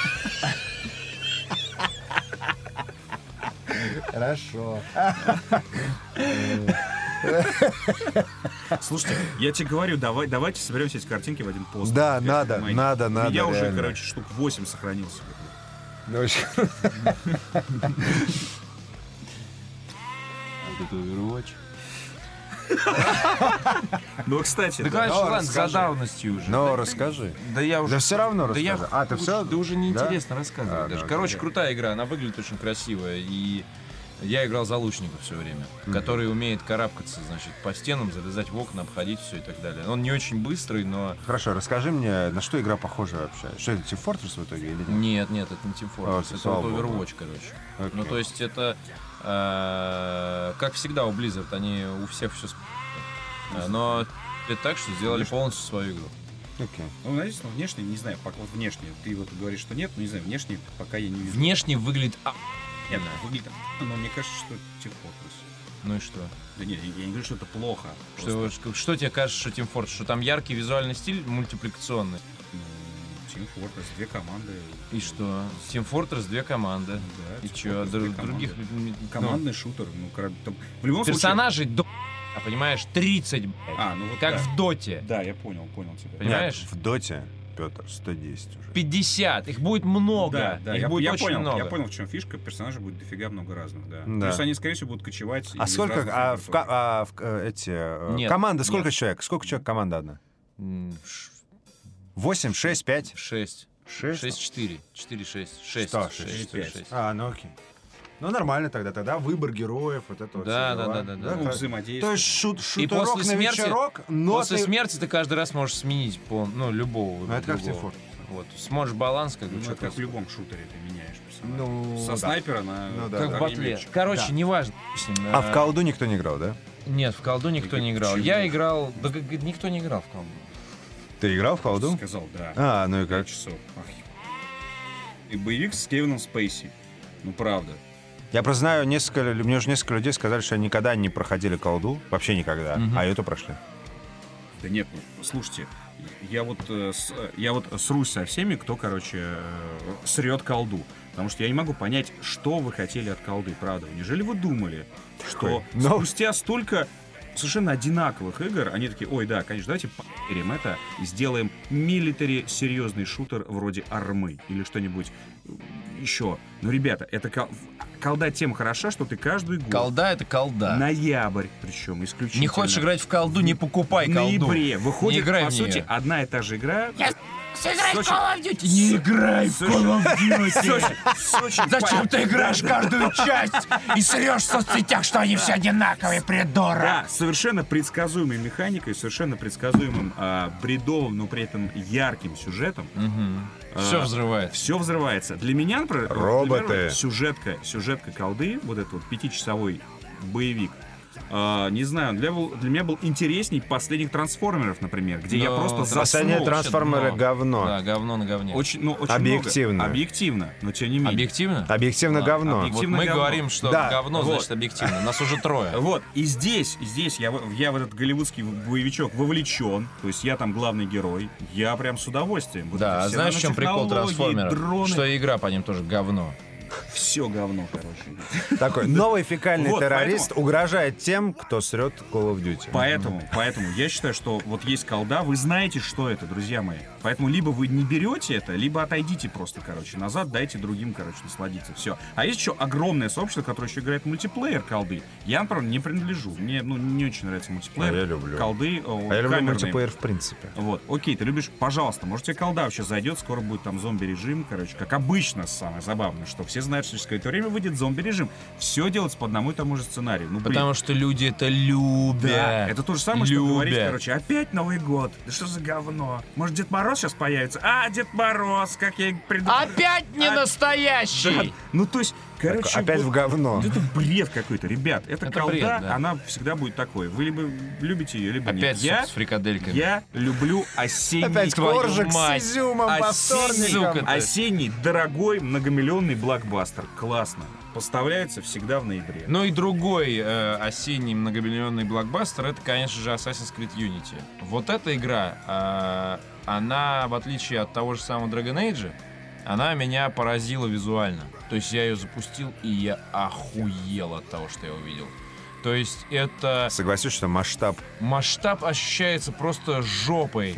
Хорошо. Слушайте, я тебе говорю, давай, давайте соберем все эти картинки в один пост. Да, Опять, надо, понимаете? надо, У надо, меня уже, реально. короче, штук восемь сохранился. Ну, очень- Ну, кстати, Да, да. конечно, Ну, ладно, расскажи. за давностью уже. Ну, Да, расскажи. Да я уже... Да все равно Да я, расскажи. А, ты да все? уже- да уже неинтересно рассказывать А, даже. да, Короче, окей. крутая игра, она выглядит очень красиво, и я играл за лучника все время, который умеет карабкаться, значит, по стенам, залезать в окна, обходить все и так далее. Он не очень быстрый, но... Хорошо, расскажи мне, на что игра похожа вообще? Что это, Team Fortress в итоге или нет? Нет, нет, это не Team Fortress, Окей, это слава вот богу. Overwatch, короче. Окей. Ну, то есть это, э, как всегда у Blizzard, они у всех все... Но это так, что сделали полностью свою игру. Окей. Ну, знаете, ну, внешне, не знаю, пока вот внешне, ты вот говоришь, что нет, но не знаю, внешне пока я не вижу. Внешне выглядит... а- Нет, выглядит, но мне кажется, что Team Fortress. Ну и что? Да нет, я не говорю, что это плохо. Что, Просто, что тебе кажется, что Team Fortress? Что там яркий визуальный стиль мультипликационный? ну, Team Fortress, две команды. И что? Team Fortress две команды. Да, И Team что? Fortress, две Других команды. ну, Командный шутер, ну, кра- там, в любом случае... персонажей до... А понимаешь, тридцать, блядь. А, ну вот Как да. в Доте. Да, я понял, понял тебя. Понимаешь? Нет, в Доте, Петр, сто десять уже. пятьдесят. Их будет много. Да, да, Их я, будет я очень понял, много. я понял, в чем фишка. Персонажей будет дофига много разных, да. Да. То есть они, скорее всего, будут кочевать. А из сколько, разных а, игр в, тоже. ка- а в, э, эти, э, Нет, команды, сколько нет. человек? Сколько человек команда одна? М, ш- Восемь, шесть, пять? Шесть. Шесть? шесть четыре. четыре шесть. шесть. Что? шесть, Шесть, шесть, шесть. А, ну окей. Ну, нормально тогда. Тогда выбор героев, вот это вот. Да, все да, дела. да, да, да. Ну, как- взаимодействие. То есть шут, И шутерок после на смерти, вечерок, но после ты- смерти ты каждый раз можешь сменить по, ну, любого. Ну, это как в другого. Team Fortress. Вот. Сможешь баланс, как бы, Ну, что это как в любом шутере ты меняешь персонажа. Ну, Со да. снайпера на... Ну, да, Как да. в батле. огнемет. Короче, Да. неважно. с ним, А э, в колду никто не играл, да? Нет, в колду никто не играл. Почему? Я играл... Да как- никто не играл в колду. Ты играл в колду? Сказал, да. А, ну и Пять как? часов. Ах. И боевик с Кевином Спейси. Ну, правда. Я просто знаю, несколько, мне уже несколько людей сказали, что они никогда не проходили колду. Вообще никогда. Мгм. А эту прошли. Да нет, ну, слушайте, я вот, э, с- я вот срусь со всеми, кто, короче, э, срет колду. Потому что я не могу понять, что вы хотели от колды, правда. Неужели вы думали, что Но- спустя столько совершенно одинаковых игр, они такие, ой, да, конечно, давайте поверим это и сделаем милитари серьезный шутер вроде Армы или что-нибудь еще. Ну, ребята, это кол- колда тем хороша, что ты каждый год, Колда — это колда. ноябрь причем, исключительно. Не хочешь играть в колду, не покупай В колду. ноябре выходит, Не играй по в сути, нее. одна и та же игра. Сыграй в Call of Duty. Не играй в Call of Duty. Зачем ты играешь каждую часть и срешь в соцсетях, что они все одинаковые, придурок? Да, совершенно предсказуемой механикой, совершенно предсказуемым а, бредовым, но при этом ярким сюжетом. Все взрывает. Все взрывается. Для меня, например, Роботы. например, сюжетка, сюжетка колды, вот этот вот пятичасовой боевик, а, не знаю, для, был- для меня был интересней последних трансформеров, например, где я Но просто Последние заснул. трансформеры дно. говно. Да, говно на говне. Очень, ну, очень Объективно. много. Объективно, но тем не менее. Объективно? Объективно Да, говно. Вот Объективно мы говно. говорим, что Да, говно, вот. значит объективно. Нас уже трое. Вот, и здесь, здесь я, в- я в этот голливудский боевичок вовлечен, то есть я там главный герой, я прям с удовольствием. Вот Да, а эти все знаешь, в чем прикол нанотехнологии, трансформеров? дроны, Что и игра по ним тоже говно. все говно, короче. Такой новый фекальный Вот, террорист поэтому- угрожает тем, кто срет Call of Duty. Поэтому, поэтому я считаю, что вот есть колда, вы знаете, что это, друзья мои. Поэтому либо вы не берете это, либо отойдите просто, короче, назад, дайте другим, короче, насладиться. Все. А есть еще огромное сообщество, которое еще играет в мультиплеер колды. Я, например, не принадлежу. Мне, ну, не очень нравится мультиплеер. А я люблю. Колды, о, А я люблю камерные. мультиплеер в принципе. Вот, окей, ты любишь, пожалуйста, может тебе колда вообще зайдет, скоро будет там зомби-режим, короче, как обычно, самое забавное, что все знают, что через какое-то время выйдет зомби-режим. Все делается по одному и тому же сценарию. Ну, блин. Потому что люди это любят. Да, это то же самое, что Любят. говорить, короче, опять Новый год. Да что за говно? Может, Дед Мороз сейчас появится? А, Дед Мороз, как я и предупреждал. Опять не А- настоящий! Да, ну, то есть, короче... Опять вот- в говно. вот это бред какой-то, ребят. Это, Это колда, бред, да. она всегда будет такой. Вы либо любите ее, либо Опять нет. Я, суп с фрикадельками. я люблю осенний... Опять твою коржик мать. с изюмом по Осенний, Сука вторникам. ты. осенний, дорогой, многомиллионный блокбастер. Классно. Поставляется всегда в ноябре. Ну и другой э, осенний многомиллионный блокбастер — это, конечно же, Assassin's Creed Unity. Вот эта игра, э, она, в отличие от того же самого Dragon Age, она меня поразила визуально. То есть я ее запустил, и я охуел от того, что я увидел. То есть это... Согласюсь, что масштаб. Масштаб ощущается просто жопой.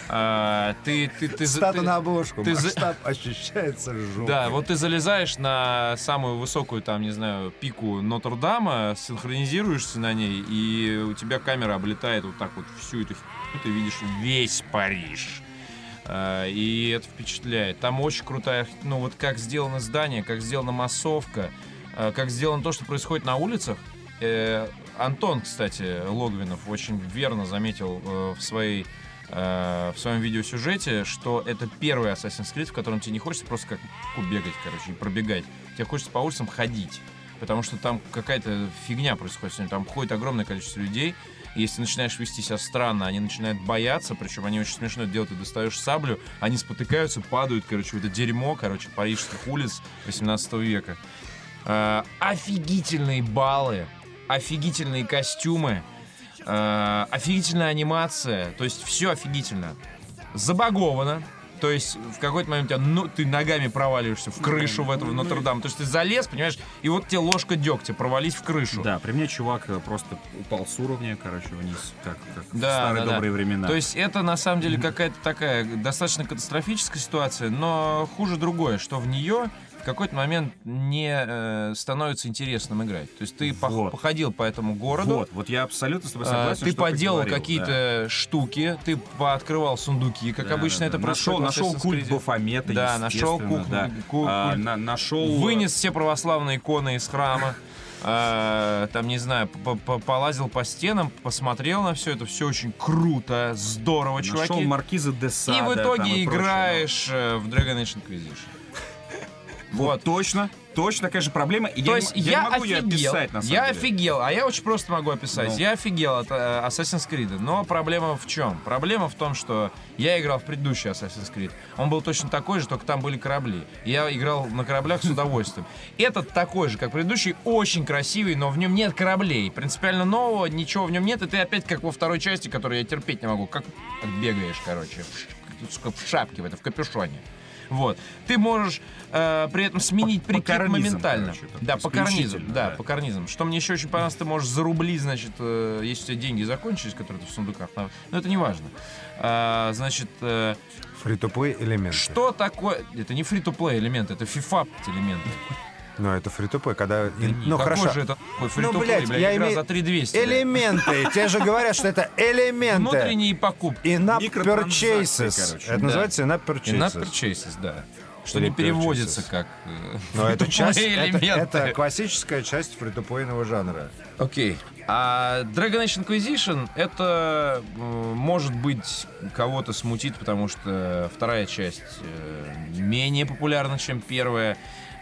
А, ты, ты, ты, за- Стата ты- на обложку. ты за- Масштаб ощущается жопой. Да, вот ты залезаешь на самую высокую, там, не знаю, пику Нотр-Дама, синхронизируешься на ней, и у тебя камера облетает вот так вот всю эту фигню, ты видишь весь Париж. А, и это впечатляет. Там очень крутая, ну вот как сделано здание, как сделана массовка, а, как сделано то, что происходит на улицах. Э, Антон, кстати, Логвинов очень верно заметил э, в своей э, в своем видеосюжете, что это первый Assassin's Creed, в котором тебе не хочется просто как бегать, короче, и пробегать. Тебе хочется по улицам ходить, потому что там какая-то фигня происходит. Там ходит огромное количество людей, и если начинаешь вести себя странно, они начинают бояться, причем они очень смешно это делают, ты достаешь саблю, они спотыкаются, падают, короче, в это дерьмо, короче, парижских улиц восемнадцатого века. Э, офигительные баллы, офигительные костюмы, э, офигительная анимация, то есть все офигительно. Забаговано, то есть в какой-то момент у тебя, ну, ты ногами проваливаешься в крышу в этого Нотр-Дам, то есть ты залез, понимаешь, и вот тебе ложка дегтя, провались в крышу. Да, при мне чувак э, просто упал с уровня, короче, вниз, как, как в Да, старые да, да. добрые времена. То есть это на самом деле какая-то такая достаточно катастрофическая ситуация, но хуже другое, что в нее в какой-то момент не э, становится интересным играть. То есть ты Вот. пох- походил по этому городу, Вот, вот я абсолютно с тобой э, согласен. ты что поделал говорил, какие-то штуки, ты пооткрывал сундуки, как да. обычно Да, это да. происходит. Нашел, в нашел Assassin's культ Creed. Бафомета, Да, нашел естественно, ку- да. ку- А, культ. на- нашел... Вынес все православные иконы из храма. э, Там, не знаю, п- п- полазил по стенам, посмотрел на все это. Все очень круто, здорово, Нашел чуваки. Маркиза де Сада. И в там итоге и прочее, играешь э, в Dragon Age Inquisition. ну. Вот, Вот. точно, точно такая же проблема. И То я, есть не, я, я не могу ее офигел, описать, на самом я деле. офигел, а я очень просто могу описать. Ну. Я офигел от э, Assassin's Creed, но проблема в чем? Проблема в том, что я играл в предыдущий Assassin's Creed. Он был точно такой же, только там были корабли. Я играл на кораблях с удовольствием. Этот такой же, как предыдущий, очень красивый, но в нем нет кораблей. Принципиально нового, ничего в нем нет, и ты опять как во второй части, которую я терпеть не могу, как бегаешь, короче, в, в шапке в это, в капюшоне. Вот. Ты можешь э, при этом сменить По- прикид по карнизам, моментально. короче, там, Да, по карнизам. исключительно, Да, да. по карнизам. Что мне еще очень понравилось, ты можешь за рубли, значит, э, если у тебя деньги закончились, которые ты в сундуках, но, но это не важно. А, значит, э, Фри-то-плей элементы. что такое... Это не фри-то-плей элементы, это FIFA элементы. Ну, это фри-то-плей, когда... Ну, Какой хорошо. же это Ну, такой фри-то-плей, блядь, блядь, я игра имею- за три двести. блядь. Элементы! Тебе же говорят, что это элементы. Внутренние покупки. In-app Микротранзакции, purchases. короче. Это Да. называется in-app И purchases. not purchases, да. Что Или не переводится purchases. как... э, Но это часть, это, элементы. это классическая часть фри-то-плейного жанра. Окей. А Dragon Age Inquisition это э, может быть кого-то смутит, потому что вторая часть э, менее популярна, чем первая.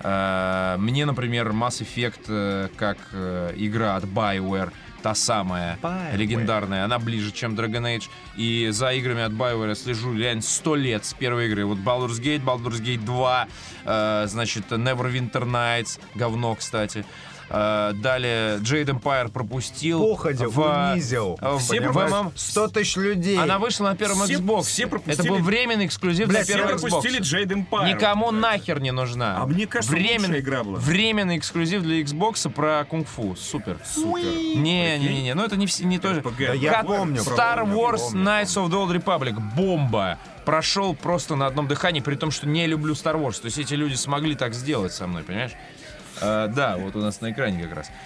Э, мне, например, Mass Effect э, как э, игра от BioWare, та самая BioWare. легендарная, она ближе, чем Dragon Age. И за играми от BioWare я слежу реально сто лет с первой игры. Вот Baldur's Gate, Baldur's Gate два, э, значит, Neverwinter Nights, говно, кстати. Э, далее Jade Empire пропустил. Походя, в- унизил. в- Все в Понимаешь? ММ. сто тысяч людей. Она вышла на первом Все- Xbox. все Это пропустили- был временный эксклюзив Блядь, для Все первого пропустили Xbox. Jade Empire. Никому вот, нахер не нужна. А мне кажется, лучшая игра была. Временный эксклюзив для Xbox про кунг-фу. Супер. Супер. Не, не, не, не, ну это не, вс- не то же. РПГ. Да я Как помню. Star помню, Wars помню, Knights of the Old Republic. Бомба. Прошел просто на одном дыхании, при том, что не люблю Star Wars. То есть эти люди смогли так сделать со мной, понимаешь? Э, да, вот у нас на экране как раз.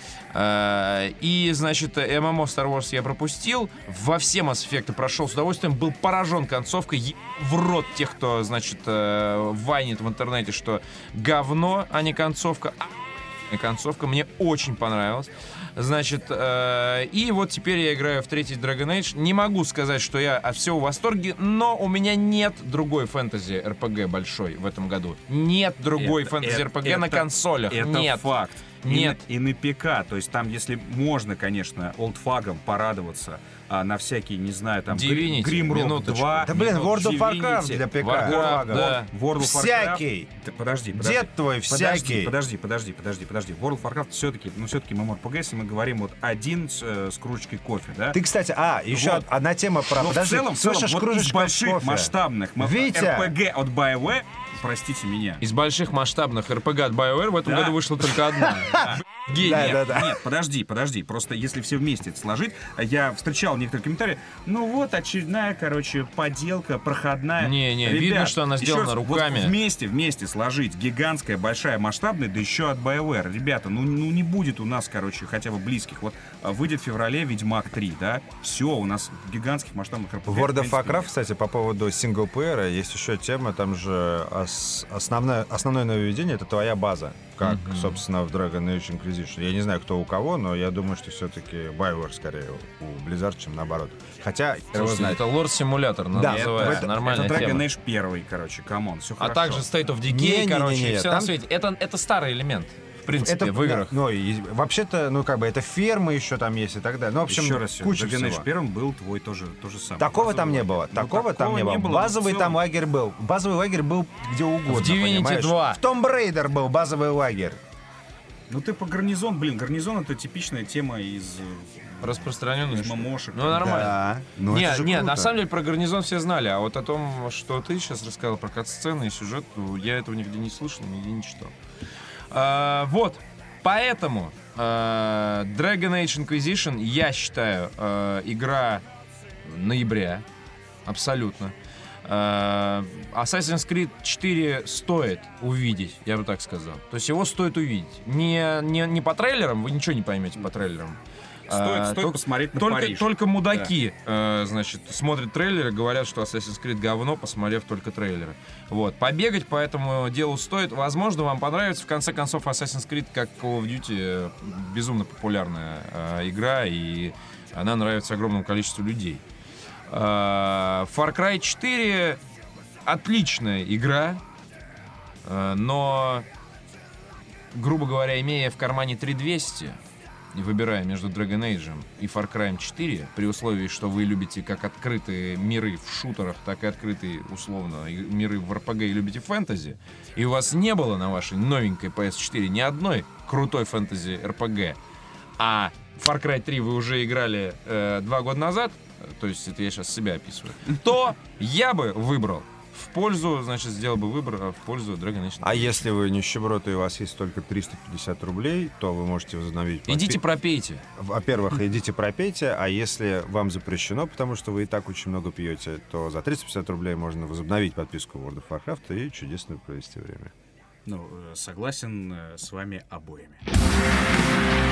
Э, и, значит, эм эм о Star Wars я пропустил. Во все Mass Effect прошел с удовольствием. Был поражен концовкой. Е- в рот тех, кто, значит, э, вайнит в интернете, что говно, а не концовка. А концовка мне очень понравилась. Значит, э, и вот теперь я играю в третий Dragon Age. Не могу сказать, что я от всего в восторге, но у меня нет другой фэнтези эр пи джи большой в этом году. Нет другой Это- фэнтези эр пи джи это- на консолях. Это нет. факт. Нет. И на, и на ПК. То есть там, если можно, конечно, олдфагом порадоваться а, на всякие, не знаю, там, Divinity, Grimrock минуточку. два. Да блин, World of Divinity, Warcraft для ПК. Warcraft, да. World of Warcraft. Всякий. Ты подожди, подожди. Дед твой всякий. Подожди, подожди, подожди, подожди. World of Warcraft все-таки, ну все-таки MMORPG, если мы говорим вот один с, э, с кружечкой кофе, да? Ты, кстати, а, еще Вот. одна тема про... Но Подожди, в целом, в целом, слышишь, вот из кружечка больших кофе. масштабных м- Витя! эр пи джи от BioWare, простите меня. Из больших масштабных эр пи джи от BioWare в этом Да. году вышла только одна. Гений. Да, да, да. Нет, подожди, подожди. Просто если все вместе это сложить, я встречал некоторые комментарии. Ну вот очередная, короче, поделка проходная. Не, не, Ребят, видно, что она еще сделана раз, руками. Вот вместе, вместе сложить гигантская, большая, масштабная, да еще от BioWare. Ребята, ну, ну не будет у нас, короче, хотя бы близких. Вот а, выйдет в феврале Ведьмак три, да? Все, у нас гигантских масштабных эр пи джи. В World of принципе, Warcraft, нет. кстати, по поводу синглплеера, есть еще тема, там же ос- основное, основное нововведение — это твоя база, как, собственно, в Dragon Age Inquisition. Я не знаю, кто у кого, но я думаю, что все-таки BioWare скорее у Blizzard, чем наоборот. Хотя, его Слушайте, знает. это лор-симулятор Да, называется. это- Нормальная Это Dragon тема. Age первый, короче, камон, все А хорошо. также State of Decay, Не-не-не-не, короче, и все там- на свете. Это, это старый элемент, в принципе, Это, в играх. Ну, и вообще-то, ну, как бы, это фермы еще там есть и так далее. Ну, в общем, Еще раз, куча Dragon Age всего. первым был твой тоже, то же самое. Такого Базовый там не лагерь. было. Ну, Такого там не было. но Базовый в там целом- лагерь был. Базовый лагерь был где угодно. В Divinity понимаешь? два. В Tomb Raider был базовый лагерь. Ну ты по гарнизон, блин, гарнизон это типичная тема из э, Распространенный. из мамошек. Ну, нормально. Да. Ну, не, это же не, круто. на самом деле про гарнизон все знали, а вот о том, что ты сейчас рассказал про кат-сцены и сюжет, ну, я этого нигде не слышал, нигде не читал. А, вот, поэтому а, Dragon Age Inquisition, я считаю, а, игра ноября, абсолютно. Э, Assassin's Creed четыре стоит увидеть, я бы так сказал. То есть его стоит увидеть. Не, не, не по трейлерам, вы ничего не поймете по трейлерам. Стоит, А, стоит только, посмотреть на только, Париж. только мудаки, да. э, значит, смотрят трейлеры, говорят, что Assassin's Creed говно, посмотрев только трейлеры. Вот. Побегать по этому делу стоит. Возможно, вам понравится. В конце концов, Assassin's Creed, как Call of Duty, безумно популярная э, игра, и она нравится огромному количеству людей. Э, Far Cry четыре отличная игра, э, но, грубо говоря, имея в кармане три тысячи двести, выбирая между Dragon Age и Far Cry четыре, при условии, что вы любите как открытые миры в шутерах, так и открытые, условно, миры в эр пи джи и любите фэнтези, и у вас не было на вашей новенькой пи эс четыре ни одной крутой фэнтези эр пи джи, а Far Cry три вы уже играли э, два года назад, то есть это я сейчас себя описываю, то я бы выбрал в пользу, значит, сделал бы выбор в пользу Dragon Age. А если вы нищеброд и у вас есть только триста пятьдесят рублей, то вы можете возобновить... Идите пропейте. Во-первых, идите пропейте, а если вам запрещено, потому что вы и так очень много пьете, то за триста пятьдесят рублей можно возобновить подписку World of Warcraft и чудесно провести время. Ну, согласен с вами обоими.